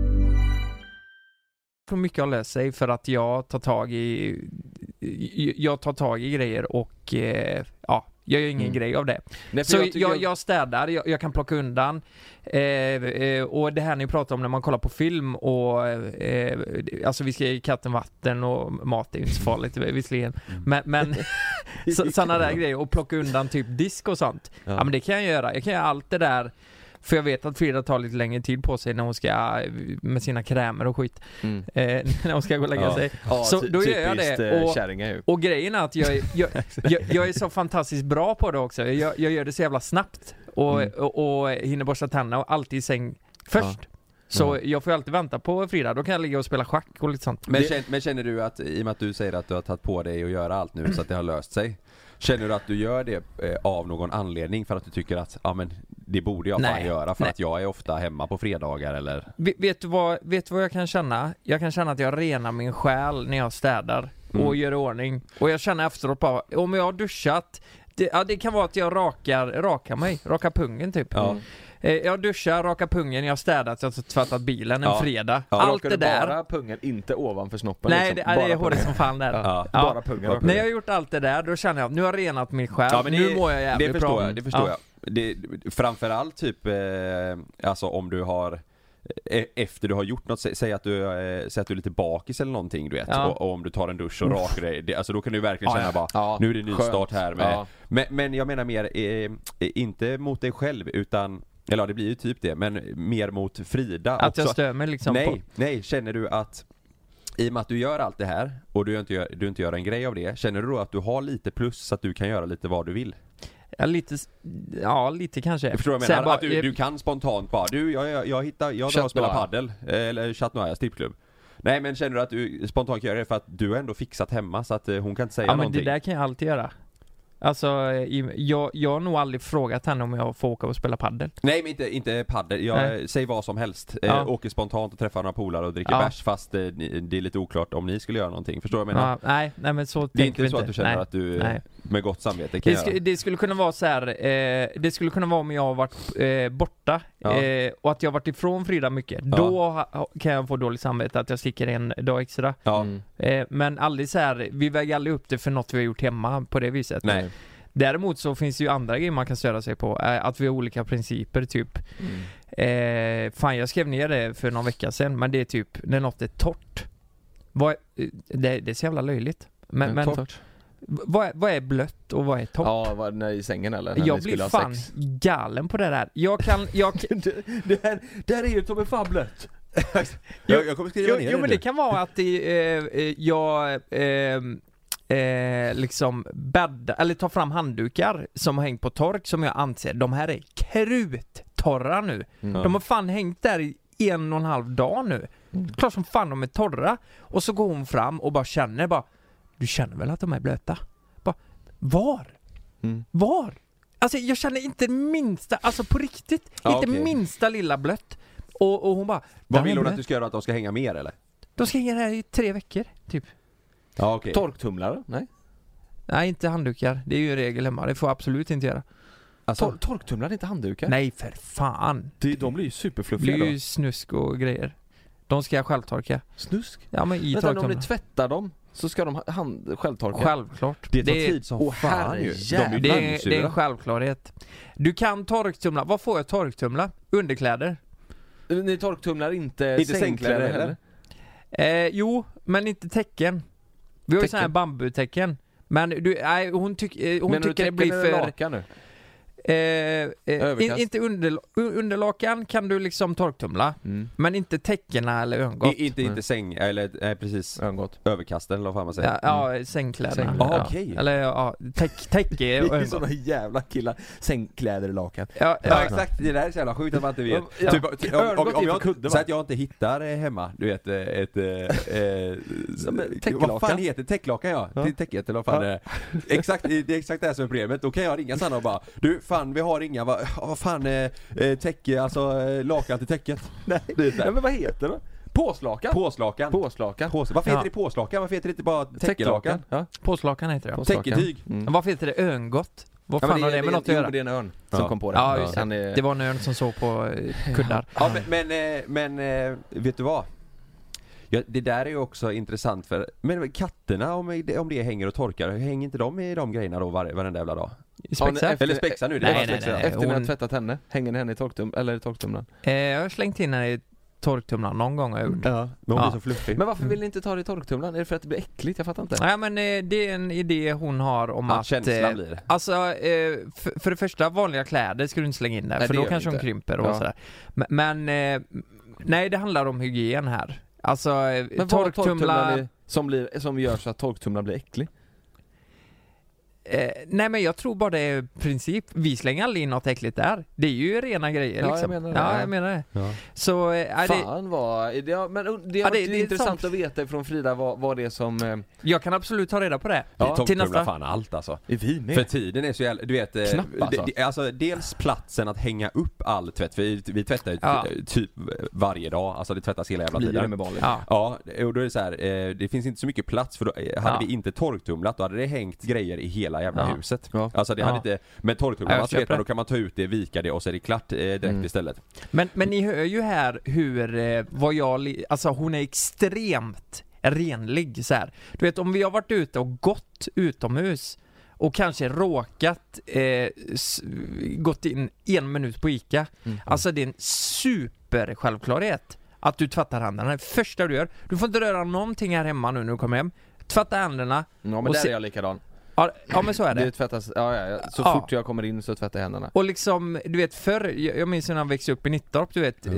För mycket har löst sig för att jag tar tag i grejer och jag gör ingen grej av det. Nej, så jag städar, jag kan plocka undan. Och det här ni pratar om när man kollar på film och alltså vi ska ge katten vatten och mat är inte så farligt visserligen. Men sådana där grejer och plocka undan typ disk och sånt. Ja, men det kan jag göra. Jag kan göra allt det där. För jag vet att Frida tar lite längre tid på sig när hon ska med sina krämer och skit. När hon ska gå och lägga sig. Så då gör jag det. Och grejen är att jag är så fantastiskt bra på det också. Jag gör det så jävla snabbt. Och hinner borsta tänderna och alltid i säng först. Så jag får alltid vänta på fredag. Då kan jag ligga och spela schack och lite sånt. Men känner du att, i och med att du säger att du har tagit på dig att göra allt nu så att det har löst sig, känner du att du gör det av någon anledning för att du tycker att men det borde jag fan göra för att jag är ofta hemma på fredagar eller? Vet du vad jag kan känna? Jag kan känna att jag renar min själ när jag städar och gör i ordning. Och jag känner efteråt bara, om jag har duschat, det kan vara att jag rakar pungen typ. Jag duschar, rakar pungen, jag har städat, jag har tvättat bilen en fredag. Allt det där. Bara pungen, inte ovanför snoppen. Nej, liksom. Det är håret som fan där. Bara pungen. När jag har gjort allt det där, då känner jag, nu har jag renat min själ, nu mår jag jävligt bra. Det förstår jag. Framförallt typ, alltså om du har efter du har gjort något, säg att du är lite bakis eller någonting, du vet, och om du tar en dusch och rakar dig, alltså då kan du verkligen känna bara, nu är det ny start här med. Men jag menar mer, inte mot dig själv, utan, eller det blir ju typ det, men mer mot Frida. Att också. Jag stör mig liksom Nej, känner du att i och med att du gör allt det här och du inte gör en grej av det, känner du då att du har lite plus så att du kan göra lite vad du vill? Lite kanske. Jag förstår vad jag menar, att du kan spontant bara, jag drar och spelar paddel eller Chat Noir strippklubb. Nej, men känner du att du spontant gör det för att du har ändå fixat hemma så att hon kan inte säga någonting? Ja, men det där kan jag alltid göra. Alltså, jag har nog aldrig frågat henne om jag får åka och spela paddel. Nej, men inte paddel. Säg vad som helst. Åker spontant och träffar några polare och dricker bärs, fast det är lite oklart om ni skulle göra någonting. Förstår du vad jag menar? Nej, men så det är inte så att du känner att du med gott samvete kan göra. Det skulle kunna vara så här. Det skulle kunna vara om jag har varit borta och att jag har varit ifrån Frida mycket. Då kan jag få dåligt samvete att jag sticker en dag extra. Men aldrig så här, vi väger aldrig upp det för något vi har gjort hemma på det viset. Nej. Däremot så finns det ju andra grejer man kan störa sig på. Att vi har olika principer typ. Jag skrev ner det för någon vecka sedan. Men det är typ, när något är torrt. Det är så jävla löjligt. Men torrt. Vad är blött och vad är torrt? Ja, var det i sängen eller? När Jag blir fan galen på det där. Det här är ju som en fan blött. Jag kommer skriva ner det. Jo, men det kan vara att jag liksom bädda eller ta fram handdukar som har hängt på tork, som jag anser de här är kruttorra nu. De har fan hängt där i 1,5 dag nu. Klart som fan de är torra. Och så går hon fram och bara känner du känner väl att de är blöta? Var? Alltså jag känner inte minsta, alltså på riktigt, inte minsta lilla blött. Och hon bara, vad vill hon att du ska göra, att de ska hänga mer eller? De ska hänga där i 3 veckor typ. Ja, okej. Torktumlare? Nej, inte handdukar. Det är ju en regel hemma. Det får jag absolut inte göra. Alltså, torktumlare, inte handdukar? Nej, för fan. De blir ju superfluffiga. Det är ju snusk och grejer. De ska jag självtorka. Snusk? Ja, men i torktumlare. Om ni tvättar dem så ska de självtorka. Självklart. Det tar tid som fan ju. Det är en självklarhet. Du kan torktumla. Vad får jag torktumla? Underkläder. Ni torktumlar inte sängkläder heller? Jo, men inte täcken. Vi har ju sådana här bambutecken. Men hon tycker det blir för... lakan nu? Inte underlakan kan du liksom torktumla, men inte täckena eller öngott. Inte säng eller precis öngott. Överkasten eller vad fan man säger. Ja, sängkläderna. Okej. Eller täcke och öngott. Såna jävla killar, sängkläder och lakan. Ja, exakt. Det där är så jävla sjukt att man inte vet. Om jag så att jag inte hittar hemma, du vet, vad fan heter täcklakan täcket eller vad fan det är. Exakt, det är exakt det här som är problemet. Då kan jag ringa Sanna och bara, du fan, vi har inga, vad fan täcke, alltså lakan till täcket. Nej, men vad heter det? Påslakan. Varför heter det påslakan? Varför heter det inte bara täckelakan? Påslakan heter det. Täcketyg. Varför heter det öngott? Vad fan har det med något att göra? Det är en örn som kom på det. Ja, det var en örn som såg på kuddar. Ja, men vet du vad? Ja, det där är ju också intressant för, men katterna, om det hänger och torkar, hänger inte de i de grejerna då varenda jävla dag? Eller spexa nu, det nej, efter ni har tvättat henne, hänger ni henne i torktumlaren? Jag har slängt in henne i torktumlaren någon gång har jag gjort. Ja, men hon blir så fluffig. Men varför vill ni inte ta det i torktumlaren? Är det för att det blir äckligt? Jag fattar inte. Nej, men det är en idé hon har om att känslan blir det. Alltså, för det första, vanliga kläder ska du inte slänga in där, för då kanske hon krymper och sådär. Men nej, det handlar om hygien här. Alltså, torktumlare som gör så att torktumlaren blir äcklig. Nej, men jag tror bara det är princip. Vi slänger aldrig in något äckligt där. Det är ju rena grejer liksom. Jag menar det. Ja. Så fan vad det är intressant att veta från Frida vad det är som jag kan absolut ta reda på det. Till nästa fan allt alltså. För tiden är så jävla, du vet, alltså dels platsen att hänga upp all tvätt. Vi tvättar ju typ varje dag. Alltså det tvättas hela jävla tiden. Med ja, och då är det så här, det finns inte så mycket plats, för då hade vi inte torktumlat, då hade det hängt grejer i hela jävla huset. Alltså det hade inte, med torktumlarna så vet man, då kan man ta ut det, vika det och så är det klart direkt istället. Men ni hör ju här hur alltså hon är extremt renlig så här. Du vet, om vi har varit ute och gått utomhus och kanske råkat gått in 1 minut på ICA. Alltså det är en super självklarhet att du tvättar händerna. Det första du gör. Du får inte röra någonting här hemma nu när du kommer hem. Tvätta händerna. Ja, men där är jag likadan. Ja, men så är det. Det tvättas, så fort jag kommer in så tvättar jag händerna. Och liksom, du vet, förr, jag minns när jag växte upp i Nittorp, du vet,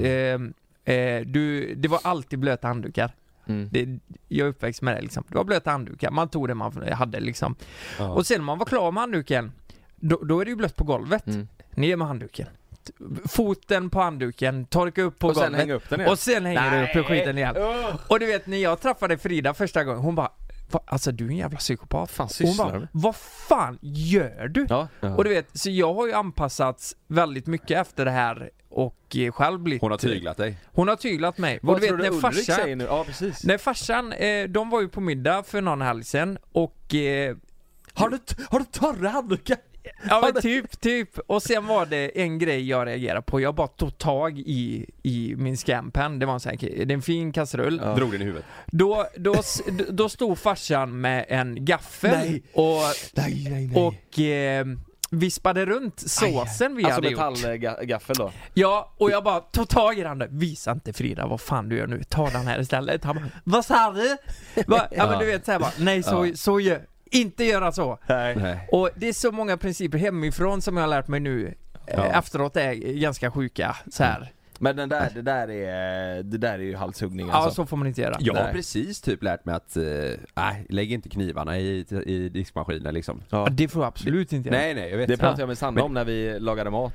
det var alltid blöta handdukar. Jag är uppväxt med det liksom. Det var blöta handdukar, man tog det man hade liksom. Och sen när man var klar med handduken, då är det ju blött på golvet. Ner med handduken, foten på handduken, torka upp på golvet sen hänga upp den igen. Och sen hänger det upp i skiten igen. Och du vet, när jag träffade Frida första gången, hon bara, alltså du är en jävla psykopat. Hon bara, vad fan gör du? Och du vet, så jag har ju anpassats väldigt mycket efter det här och själv blivit... Hon har tyglat dig. Hon har tyglat mig. Vad och du tror vet, du Ulrik säger nu? Ja, precis. När farsan, de var ju på middag för någon helg sedan och... Har du torra handdukar? Ja, men typ. Och sen var det en grej jag reagerade på. Jag bara tog tag i min scampen. Det var det är en fin kasserull. Drog den i huvudet. Då stod farsan med en gaffel och vispade runt såsen vi hade gjort. Alltså metallgaffel då? Ja, och jag bara tog tag i den där. Visa inte Frida vad fan du gör nu. Ta den här istället. Han bara, vad sa du? Men du vet så här bara, nej så gör inte göra så. Nej. Och det är så många principer hemifrån som jag har lärt mig nu efteråt är ganska sjuka så här. Men det där är ju halshuggning Ja, alltså. Så får man inte göra. Jag har precis typ lärt mig att lägg inte knivarna i diskmaskinen liksom. Ja, det får jag absolut inte göra. Nej, jag vet. Det pratade jag med Sanna om när vi lagade mat.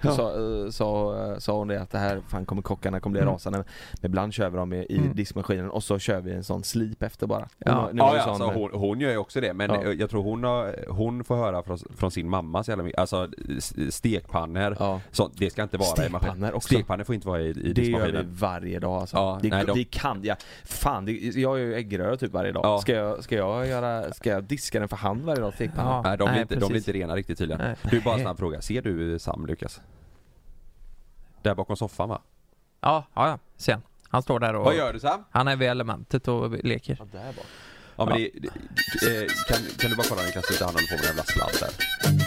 Sa hon det att det här, fan kommer kockarna kommer bli rasande. Men ibland kör vi dem i diskmaskinen och så kör vi en sån slip efter bara. Hon gör ju också det. Men jag tror hon får höra från sin mamma så jävla mycket. Alltså stekpannor. Så det ska inte vara i maskinen. Stekpannor får inte vara i det gör vi varje dag alltså. Vi kan jag gör ju äggröra typ varje dag. Ska jag diska den för hand varje dag? Nej, de blir inte rena riktigt tydligen. Nej. Du, bara en snabb fråga. Ser du Sam, Lukas? Där bakom soffan, va? Ja. Sen. Han står där och... Vad gör du, Sam? Han är vid elementet och leker. Ja, där bak. Ja, men kan du bara kolla, ni kan sluta hand på med en jävla sladd där.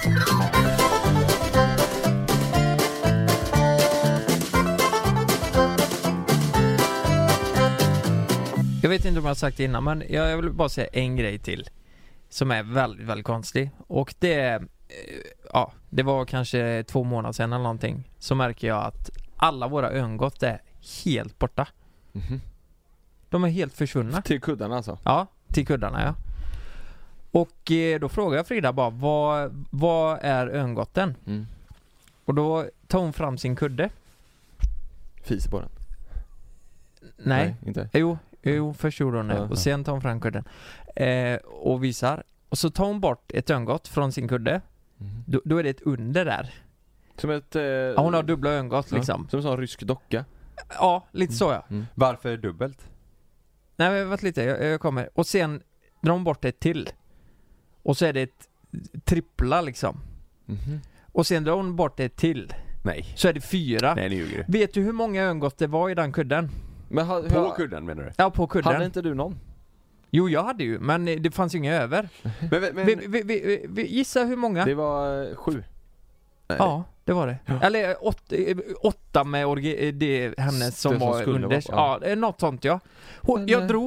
Jag vet inte om jag har sagt det innan, men jag vill bara säga en grej till som är väldigt, väldigt konstig. Och det var kanske 2 månader sedan eller någonting. Så märker jag att alla våra öngott är helt borta. De är helt försvunna. Till kuddarna alltså? Ja, till kuddarna, ja. Och då frågar jag Frida bara, vad är öngotten? Och då tar hon fram sin kudde. Fiser på den? Nej, inte. Jo, först gjorde hon det. Och sen tar hon fram kudden och visar. Och så tar hon bort ett öngott från sin kudde. Då är det ett under där. Som ett... hon har dubbla öngott liksom. Som en sån rysk docka. Ja, lite så ja. Varför dubbelt? Nej, men vänta lite, jag kommer. Och sen drar hon bort ett till. Och så är det ett trippla liksom. Och sen drar hon bort ett till. Nej. Så är det 4. Nej, det ljuger. Vet du hur många öngott det var i den kudden? Men på kudden menar du? Ja, på kudden. Hade inte du någon? Jo, jag hade ju, men det fanns ju inga över. Vi gissa hur många? Det var 7. Nej. Ja, det var det. Ja. Eller 8 med det hennes som var under. Ja, något sånt, ja. Hon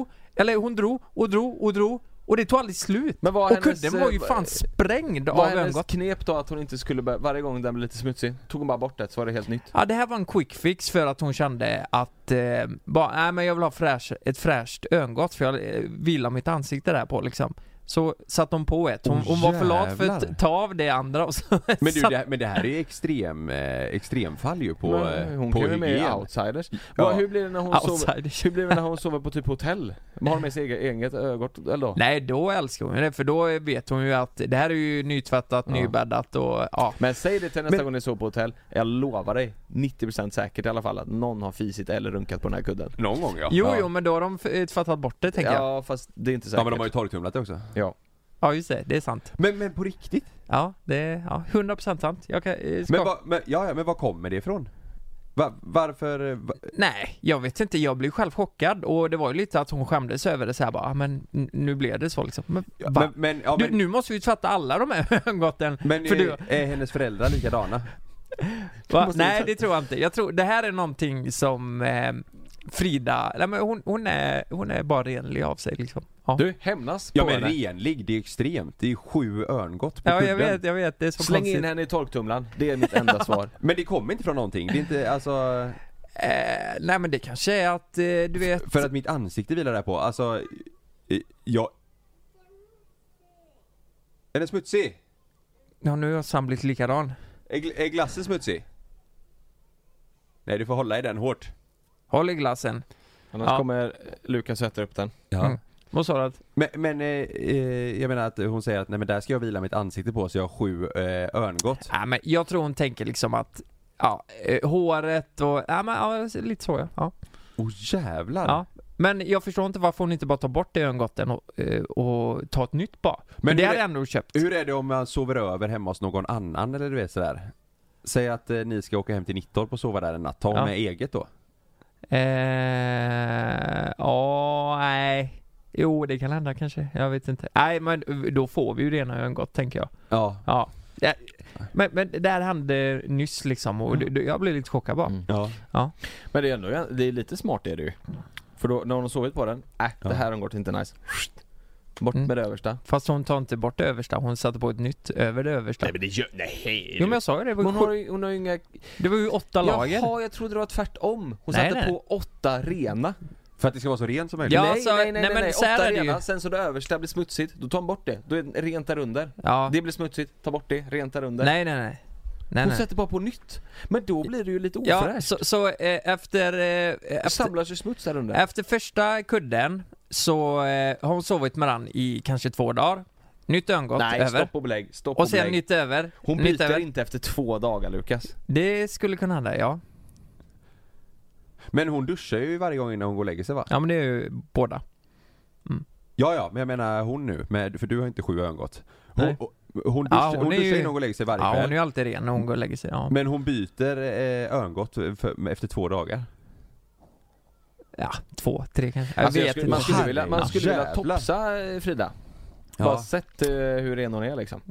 drog. Och det tog aldrig slut. Men och kudden var ju fan sprängd av öngott. Hennes knep då att hon inte skulle varje gång den blev lite smutsig, tog hon bara bort det så var det helt nytt. Ja, det här var en quick fix för att hon kände att men jag vill ha ett fräscht öngott för jag vill ha mitt ansikte där på liksom. så satt hon på ett. Hon var för lat för att ta av det andra och så men det här är extremfall ju på hon på kan ju med outsiders. Ja. Hur blir det när hon sover på typ hotell? Man har med sig eget ögot eller då? Nej, då älskar hon det, för då vet hon ju att det här är ju nytvättat, nybäddat och Men säg det till nästa gång ni sover på hotell. Jag lovar dig 90% säkert i alla fall att någon har fisit eller runkat på den här kudden. Någon gång, ja. Jo, men då har de tvättat bort det, tänker jag. Ja, fast det är inte säkert. Ja, men de har ju torktumlat det också. Ja, just det är sant. Men på riktigt? Ja, det är 100% sant. Men vad kommer det ifrån? Varför? Nej, jag vet inte. Jag blev själv chockad och det var ju lite att hon skämdes över det så här bara, men nu blev det så liksom. Men, nu måste vi tvätta alla de här ögongotten. Men är hennes föräldrar likadana? Nej, det tror jag inte. Jag tror det här är någonting som Frida, nej, men hon är bara renlig av sig liksom. Ja. Du hämnas på henne. Renlig, det är extremt. Det är 7 örngott på kudden. Jag vet, det är så Släng konstigt. in henne i torktumlaren. Det är mitt enda svar. Men det kommer inte från någonting. Det är inte, alltså... nej, men det kanske är att, du vet... För att mitt ansikte vilar där på, alltså... Är den smutsig? Ja, nu har Sam blivit likadan. Är glassen smutsig? Nej, du får hålla i den hårt. Håll i glassen. Annars kommer Lukas äta upp den. Ja. Vad sa du att? Men jag menar att hon säger att nej, men där ska jag vila mitt ansikte på så jag har 7 örngott. Ja, men jag tror hon tänker liksom att håret och lite så ja. Jävlar. Ja. Men jag förstår inte varför hon inte bara tar bort det örngotten och tar ett nytt bara. Men det har jag ändå köpt. Hur är det om man sover över hemma hos någon annan eller du vet sådär? Säg att ni ska åka hem till Nittorp och sova där en natt. Ta med eget då? Nej. Jo, det kan hända kanske. Jag vet inte. Nej, men då får vi ju rena örngott, tänker jag. Ja. Men det här hände nyss liksom och jag blev lite chockad bara. Ja. Men det är ändå det är lite smart är det ju. För då när hon har sovit på den, det här har gått inte nice. Bort med det översta. Fast hon tar inte bort det översta. Hon satte på ett nytt över det översta. Nej, men det gör... Nej. Jo, men jag sa ju det. Hon har ju inga... Det var ju 8 lager. Jaha, jag trodde det var tvärtom. Hon satte på 8 rena. För att det ska vara så rent som möjligt? Ja, nej, men 8 rena. Sen så det översta blir smutsigt. Då tar hon bort det. Då är det rent där under. Ja. Det blir smutsigt. Ta bort det. Rent där under. Nej. Hon sätter bara på nytt. Men då blir det ju lite ofräscht. Ja, så efter samlas ju smuts där under. Efter första kudden så har hon sovit med den i kanske 2 dagar. Nytt öngott över. Nej, stopp och belägg. Och sen nytt över. Hon byter inte efter 2 dagar, Lukas. Det skulle kunna hända, ja. Men hon duschar ju varje gång innan hon går och lägger sig, va? Ja, men det är ju båda. Ja, men jag menar hon nu. För du har inte 7 öngott. Hon duschar innan hon går och lägger sig varje kväll. Ja, hon är ju alltid ren när hon går och lägger sig. Ja. Men hon byter öngott efter 2 dagar. Ja, 2, 3 kanske. Man skulle vilja topsa Frida. Bara sett hur ren hon är liksom.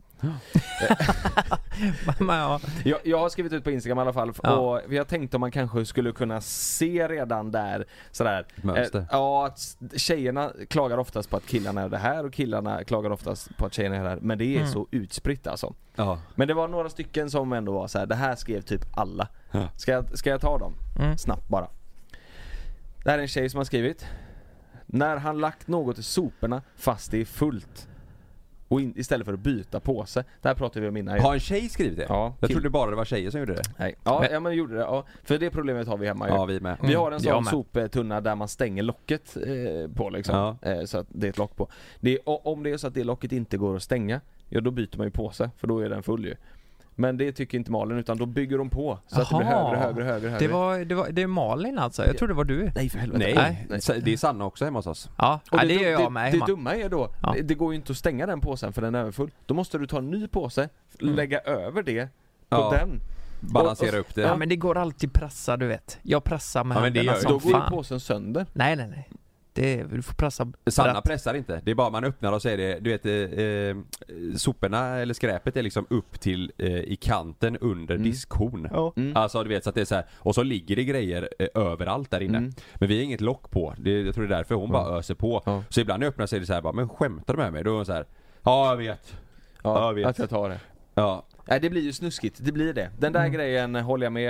Jag har skrivit ut på Instagram i alla fall och jag tänkte om man kanske skulle kunna se redan där sådär att tjejerna klagar oftast på att killarna är det här och killarna klagar oftast på att tjejerna är det här, men det är så utspritt alltså. Men det var några stycken som ändå var så här: det här skrev typ alla. Ska jag ta dem snabbt bara. Det här är en tjej som har skrivit: när han lagt något i soporna fast det är fullt och istället för att byta påse. Det här pratade vi om innan. Har en tjej skrivit det? Ja. Jag trodde bara det var tjejer som gjorde det. Nej. Ja, men gjorde det. Ja. För det problemet har vi hemma. Ja, vi med. Vi har en sån soptunna där man stänger locket på liksom. Så att det är ett lock på. Om det är så att det locket inte går att stänga, då byter man ju påse. För då är den full ju. Men det tycker inte Malin, utan då bygger de på så att det blir högre. Det är Malin alltså. Jag tror det var du. Nej, för helvete. Nej. Det är Sanna också hemma hos oss. Ja, och det gör jag med hemma. Det dumma är då, det går ju inte att stänga den påsen för den är överfull. Då måste du ta en ny påse, lägga över det på den. Balansera upp det. Ja, men det går alltid pressa, du vet. Jag pressar med händerna som fan. Då går ju påsen sönder. Nej. Du får pressa. Sanna pressar inte. Det är bara man öppnar och säger det. Du vet, soporna eller skräpet är liksom upp till i kanten under diskhon. Alltså du vet, så att det är så här. Och så ligger det grejer överallt där inne. Men vi har inget lock på. Jag tror det är därför hon bara öser på. Så ibland när jag öppnar så är det så här bara, men skämtar du med mig? Då är hon så här: ja, jag vet. Ja, jag vet. Att jag tar det. Ja. Nej, det blir ju snuskigt, det blir det. Den där grejen håller jag med.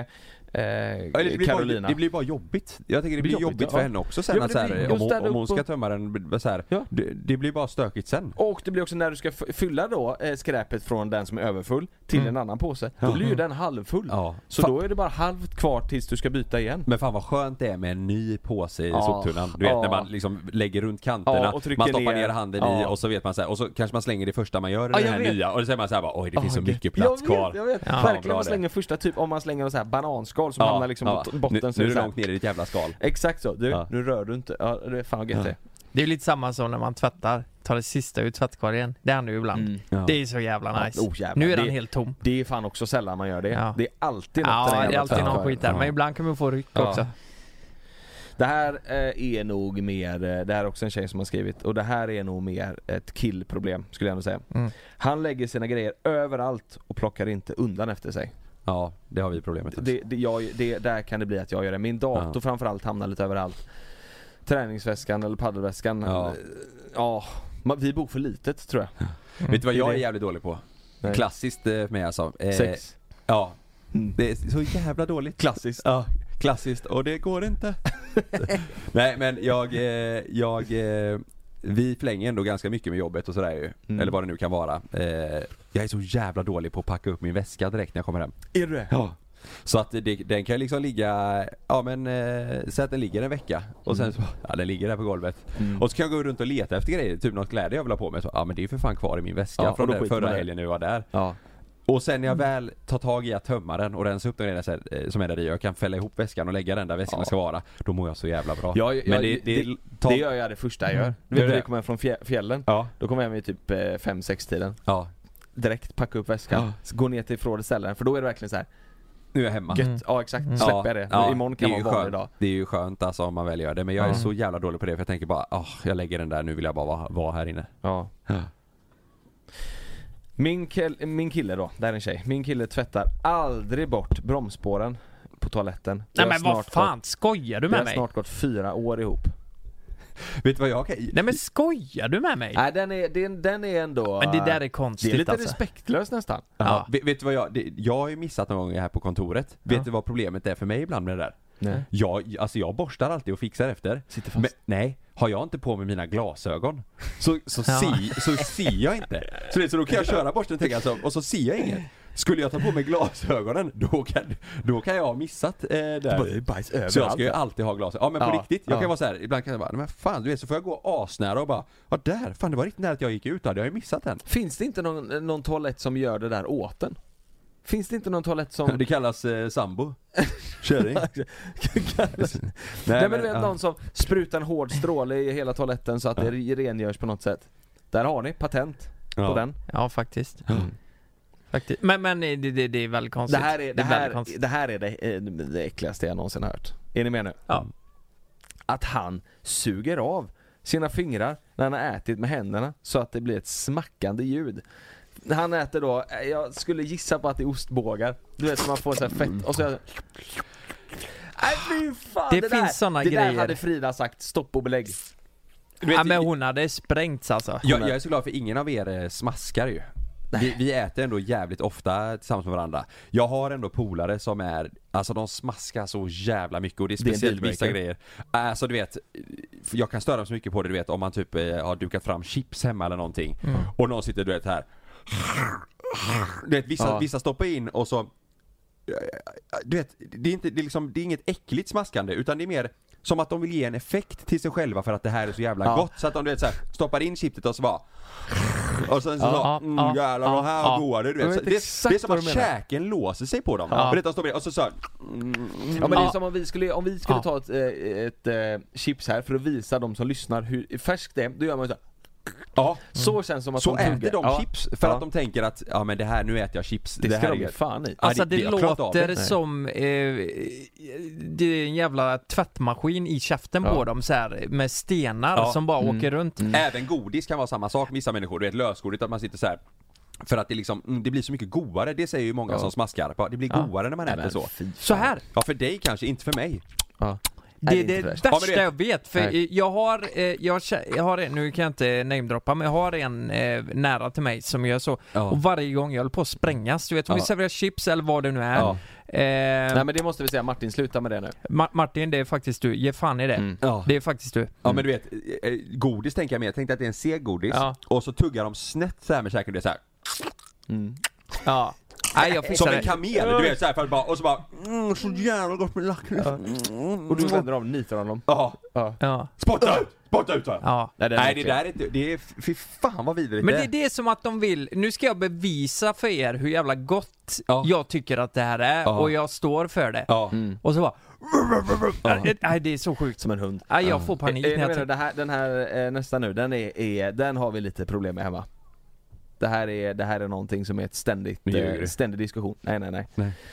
Carolina. Det blir bara jobbigt. Jag tänker det blir jobbigt för henne också sen att så här, om hon ska tömma den så här, det blir bara stökigt sen. Och det blir också när du ska fylla då skräpet från den som är överfull till en annan påse. Då blir ju den halvfull. Ja. Så då är det bara halvt kvar tills du ska byta igen. Men fan vad skönt det är med en ny påse i soptunnan. Du vet när man liksom lägger runt kanterna, och man stoppar ner handen i och så vet man så här, och så kanske man slänger det första man gör i den här nya och så säger man så här bara, oj det finns så mycket plats kvar. Jag vet. Verkligen man slänger första typ om man slänger en så här bananskal som hamnar liksom på botten nu är det långt ner i ditt jävla skal. Exakt så. Nu rör du inte. Ja, det är fan gött det. Det är lite samma som när man tvättar. Tar det sista ut tvättkorgen. Det händer ju ibland. Det är så jävla nice. Nu är den helt tom. Det är fan också sällan man gör det. Det är alltid något. Ja, det är alltid någon skit där. Men ibland kan man få ryck också. Det här är nog mer, det här är också en tjej som har skrivit, och det här är nog mer ett killproblem skulle jag nog säga. Han lägger sina grejer överallt och plockar inte undan efter sig. Ja, det har vi problemet också. Där kan det bli att jag gör det. Min dator framförallt hamnar lite överallt. Träningsväskan eller paddelväskan. Vi bor för litet tror jag. Vet du vad jag är jävligt dålig på? Nej. Klassiskt med alltså. Sex. Ja. Det är så jävla dåligt. Klassiskt. Ja, klassiskt. Och det går inte. Nej, men vi flänger ändå ganska mycket med jobbet och sådär ju. Eller vad det nu kan vara. Jag är så jävla dålig på att packa upp min väska direkt när jag kommer hem. Är du det? Ja. Så att den kan liksom ligga, så att den ligger en vecka och sen så, den ligger där på golvet. Och så kan jag gå runt och leta efter grejer, typ något kläder jag vill ha på mig. Så, men det är ju för fan kvar i min väska från den förra helgen när jag var där. Ja. Och sen när jag väl tar tag i att tömma den och rensa upp den grejerna som är där i, jag kan fälla ihop väskan och lägga den där väskan ska vara, då mår jag så jävla bra. Men det gör jag det första jag gör. Du vet, jag kommer från fjällen. Då kommer jag med typ 5-6 tiden. Direkt packa upp väskan, gå ner till förrådet, ställa den, för då är det verkligen så här. Nu är jag hemma. Ja, exakt. Släpper jag det. Imorgon kan man vara idag. Det är ju skönt alltså om man väl gör det. Men jag är så jävla dålig på det. För jag tänker bara, jag lägger den där. Nu vill jag bara vara här inne. Ja. Min kille då, där är en tjej. Min kille tvättar aldrig bort bromsspåren på toaletten. Nej men vad fan, skojar du med mig? Det har snart gått 4 år ihop. Vet du vad jag kan... Nej men skojar du med mig? Nej, den är ändå... Men det där är konstigt. Det är lite alltså respektlöst nästan. Ja. Vet du vad jag har ju missat någon gång här på kontoret. Vet du vad problemet är för mig ibland med det där? Nej. Jag borstar alltid och fixar efter. Sitter fast. Men, har jag inte på mig mina glasögon så ser jag inte. Så då kan jag köra borsten och så ser jag inget. Skulle jag ta på mig glasögonen, då kan jag ha missat där. Så jag ska ju alltid ha glasögon. Ja, men på riktigt. Jag kan vara så här, ibland kan jag bara, men fan, du vet, så får jag gå asnära och bara, där, fan, det var riktigt nära att jag gick ut. Då hade jag ju missat den. Finns det inte någon toalett som gör det där åt den? Finns det inte någon toalett som... Det kallas sambo. Köring. Nej, men du vet någon som sprutar en hård stråle i hela toaletten så att det rengörs på något sätt. Där har ni patent på den. Ja, faktiskt. Faktiskt. Men det är väldigt konstigt. Det här är det äckligaste jag någonsin hört. Är ni med nu? Ja. Att han suger av sina fingrar när han har ätit med händerna så att det blir ett smackande ljud. Han äter då, jag skulle gissa på att det är ostbågar. Du vet, så man får så här fett och så nej, fy fan, det finns såna grejer. Det där hade Frida sagt, stopp och belägg. Men hon hade sprängts alltså. Jag är så glad för ingen av er smaskar ju. Vi äter ändå jävligt ofta tillsammans med varandra. Jag har ändå polare som är, alltså de smaskar så jävla mycket och det är speciellt vissa grejer. Alltså du vet, jag kan störa så mycket på det, du vet, om man typ har dukat fram chips hemma eller någonting och någon sitter, du vet, här. Du vet, vissa stoppar in och så, du vet, det är inget äckligt smaskande, utan det är mer som att de vill ge en effekt till sig själva för att det här är så jävla gott, så att de, du vet, så här, stoppar in chipset och så bara och sen så jävlar, de här goda, du vet. Det är som att käken låser sig på dem. Och detta står och så ja, men det är som om vi skulle ta ett chips här för att visa de som lyssnar hur färskt det är, då gör man så här. Ja, så känns som att så äter de chips för att de tänker att men det här, nu äter jag chips. Det ska de fan i. Alltså det låter som det är en jävla tvättmaskin i käften på dem så här, med stenar som bara åker runt. Även godis kan vara samma sak. Vissa människor, du vet, lösgodis, att man sitter så här för att det liksom det blir så mycket godare. Det säger ju många som smaskar. Det blir godare när man äter så. Så här. Ja, för dig kanske, inte för mig. Det är det värsta jag vet. För jag har nu kan jag inte namedroppa, men jag har en nära till mig som gör så. Och varje gång jag håller på att sprängas, du vet, om vi serverar chips eller vad det nu är. Nej, men det måste vi säga, Martin, sluta med det nu. Martin, det är faktiskt du. Ge fan i det. Det är faktiskt du. Ja, men du vet, godis tänker jag med. Jag tänkte att det är en seggodis. Och så tuggar de snett så här med käken. Det är så här. Ja. Nej, jag som en kamel, du vet så här, för att bara, och så bara så jävla gott med lakrits. Och du vänder av nyter honom. Ja. Spotta ut så här. Ja. Nej, det där är inte, det är fy fan vad vidrigt. Men det är som att de vill, nu ska jag bevisa för er hur jävla gott jag tycker att det här är och jag står för det. Och så bara nej, det är så sjukt. Som en hund. Nej, jag får panik när jag den här nästa nu, den har vi lite problem med hemma. Det här är någonting som är ett ständig diskussion. Nej.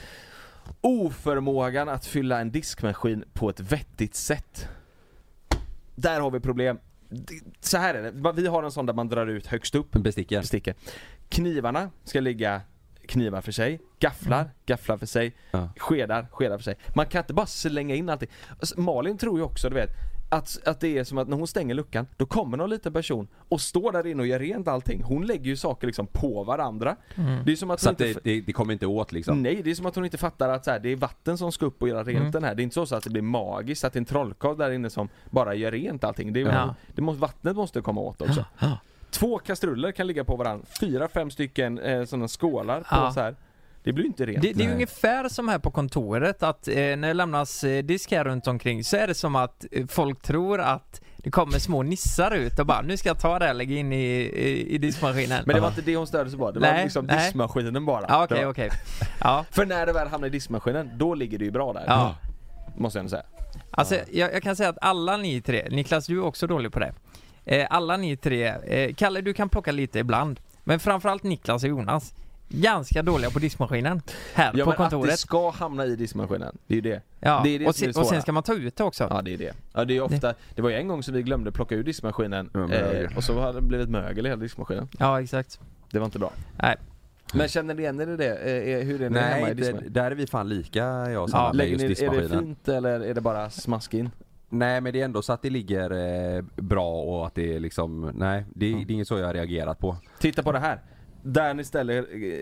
Oförmågan att fylla en diskmaskin på ett vettigt sätt. Där har vi problem. Så här är det. Vi har en sån där man drar ut högst upp. Besticker. Knivarna ska ligga knivar för sig. Gafflar för sig. Skedar för sig. Man kan inte bara slänga in allting. Malin tror ju också, du vet, att det är som att när hon stänger luckan, då kommer någon liten person och står där inne och gör rent allting. Hon lägger ju saker liksom på varandra. Det är som att så att det kommer inte åt liksom. Nej, det är som att hon inte fattar att så här, det är vatten som ska upp och göra rent den här. Det är inte så att det blir magiskt, att det är en trollkarl där inne som bara gör rent allting. Vattnet måste komma åt också. 2 kastruller kan ligga på varandra. 4-5 stycken sådana skålar på så här. Det blir inte rent. Det är ungefär som här på kontoret att när det lämnas disk här runt omkring så är det som att folk tror att det kommer små nissar ut och bara, nu ska jag ta det här och lägga in i diskmaskinen. Men det var inte det hon störde sig på. Det var liksom diskmaskinen bara. Okej. Ja. För när det väl hamnar i diskmaskinen, då ligger det ju bra där. Måste jag ändå säga. Alltså, jag kan säga att alla ni tre, Niklas, du är också dålig på det. Alla ni tre, Kalle, du kan plocka lite ibland. Men framförallt Niklas och Jonas, ganska dåliga på diskmaskinen här på kontoret. Att det ska hamna i diskmaskinen, det är ju det. Ja, det är det och sen ska man ta ut det också. Ja, det är det. Ja, det är ofta. Det var ju en gång som vi glömde plocka ur diskmaskinen och så hade det blivit mögel i hela diskmaskinen. Ja, exakt. Det var inte bra. Nej. Men känner ni igen det? Hur är det hemma i diskmaskinen? Där är vi fan lika, jag och Sanna, med just diskmaskinen. Är det fint eller är det bara smask in? Nej, men det är ändå så att det ligger bra och att det är liksom, nej, det är inget så jag har reagerat på. Titta på det här. Där ni ställer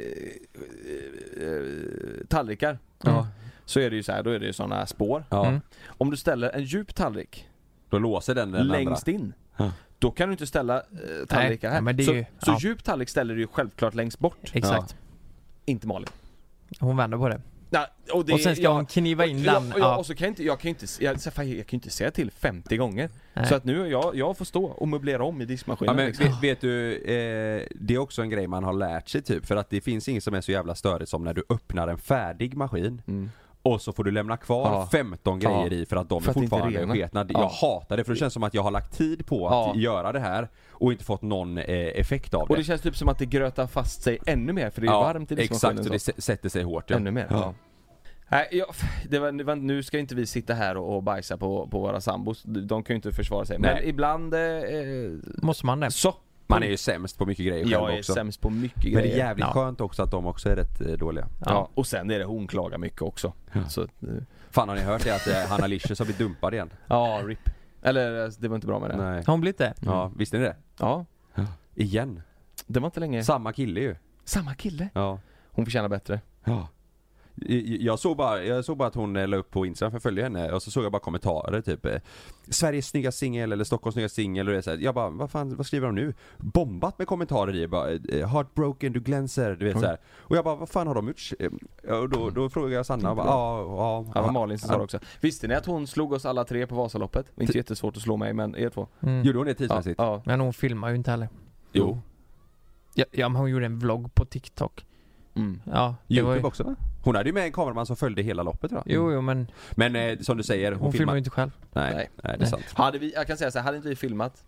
tallrikar. Så är det ju så här, då är det ju såna spår. Om du ställer en djup tallrik, då låser den längst in. Då kan du inte ställa tallrikar här. Men så djup tallrik ställer du ju självklart längst bort. Exakt. Inte Malin. Hon vänder på det. Ja, och sen ska hon kniva in den. Och så kan jag kan inte säga till 50 gånger. Så att nu jag får stå och möblera om i diskmaskinen. Men vet du, det är också en grej man har lärt sig typ. För att det finns inget som är så jävla störigt som när du öppnar en färdig maskin. Och så får du lämna kvar 15 grejer i för att de är fortfarande sketna. Jag hatar det, för det känns som att jag har lagt tid på att göra det här och inte fått någon effekt av det. Och det känns typ som att det grötar fast sig ännu mer, för det är varmt i diskmaskinen. Exakt, så det sätter sig hårt. Ännu mer. Nej, nu ska inte vi sitta här och bajsa på våra sambos. De kan ju inte försvara sig. Men ibland måste man det. Så man är ju sämst på mycket grejer själv också. Jag är sämst på mycket grejer. Men det är jävligt skönt också att de också är rätt dåliga. Ja, och sen är det hon klagar mycket också. Så, fan, har ni hört det att Hanna Licious har blivit dumpad igen? Ja, RIP. Eller det var inte bra med det. Nej. Har hon blivit det? Ja, visste ni det? Ja. Igen. Det var inte länge. Samma kille ju. Samma kille? Ja. Hon förtjänar bättre. Ja. Jag såg bara att hon la upp på Instagram för att följa henne, och så såg jag bara kommentarer typ Sveriges snygga singel eller Stockholms snygga singel, och det så här. Jag bara, vad skriver de nu? Bombat med kommentarer i bara heartbroken, du glänser, du vet så här. Och jag bara, vad fan har de gjort? Och då frågade jag Sanna och bara, ja, Malin sa också. Visste ni att hon slog oss alla 3 på Vasaloppet? Inte jättesvårt att slå mig, men er 2. Gjorde hon det tidsmässigt? Ja. Men hon filmar ju inte heller. Jo. Ja, men hon gjorde en vlogg på TikTok. Ja, YouTube också, va? Hon hade ju med en kameraman som följde hela loppet, tror jag. Jo, men som du säger, hon filmar ju inte själv. Nej, det är sant. Jag kan säga så här, hade inte vi filmat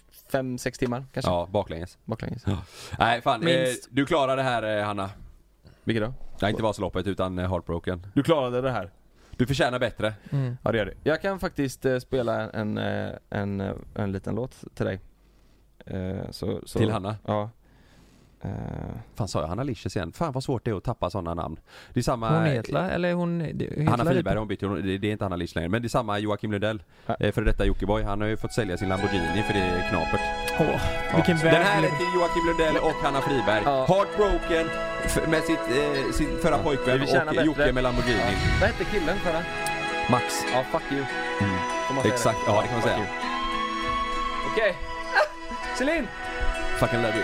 5-6 timmar kanske? Ja, baklänges. Ja. Nej, fan, du klarade det här, Hanna. Vilket då? Nej, inte Vasaloppet utan Heartbroken. Du klarade det här. Du förtjänar bättre. Ja, det gör du. Jag kan faktiskt spela en liten låt till dig. Så till Hanna? Ja. Fan sa jag Hanna Licious igen? Fan vad svårt det är att tappa sådana namn. Det är samma... Hon heter, eller hon... Hanna Friberg, hon bytte, det är inte Hanna Licious längre. Men det är samma Joakim Lundell, för detta Jockiboi. Han har ju fått sälja sin Lamborghini för det är knapert. Vilken Den här är till Joakim Lundell och Hanna Friberg. Heartbroken med sin förra pojkvän och Jocke med Lamborghini. Vad hette killen förra? Max. Ja, fuck you. Exakt, ja det kan man säga. Okej. Celine! Fucking love you.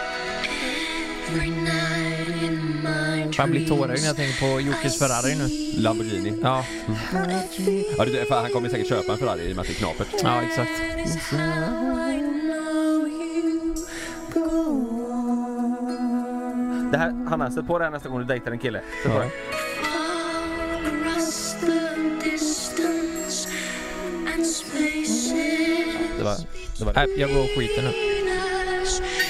Han blir tårögd när jag tänker på Jockes Ferrari nu. Lamborghini. Ja. Ja, för han kommer säkert köpa en Ferrari i och med att det är knapert. Ja, exakt. Det här, Hanna, sätt på det här nästa gång du dejtar en kille. Sätt på det. Det var... Nej, jag går och skiter nu.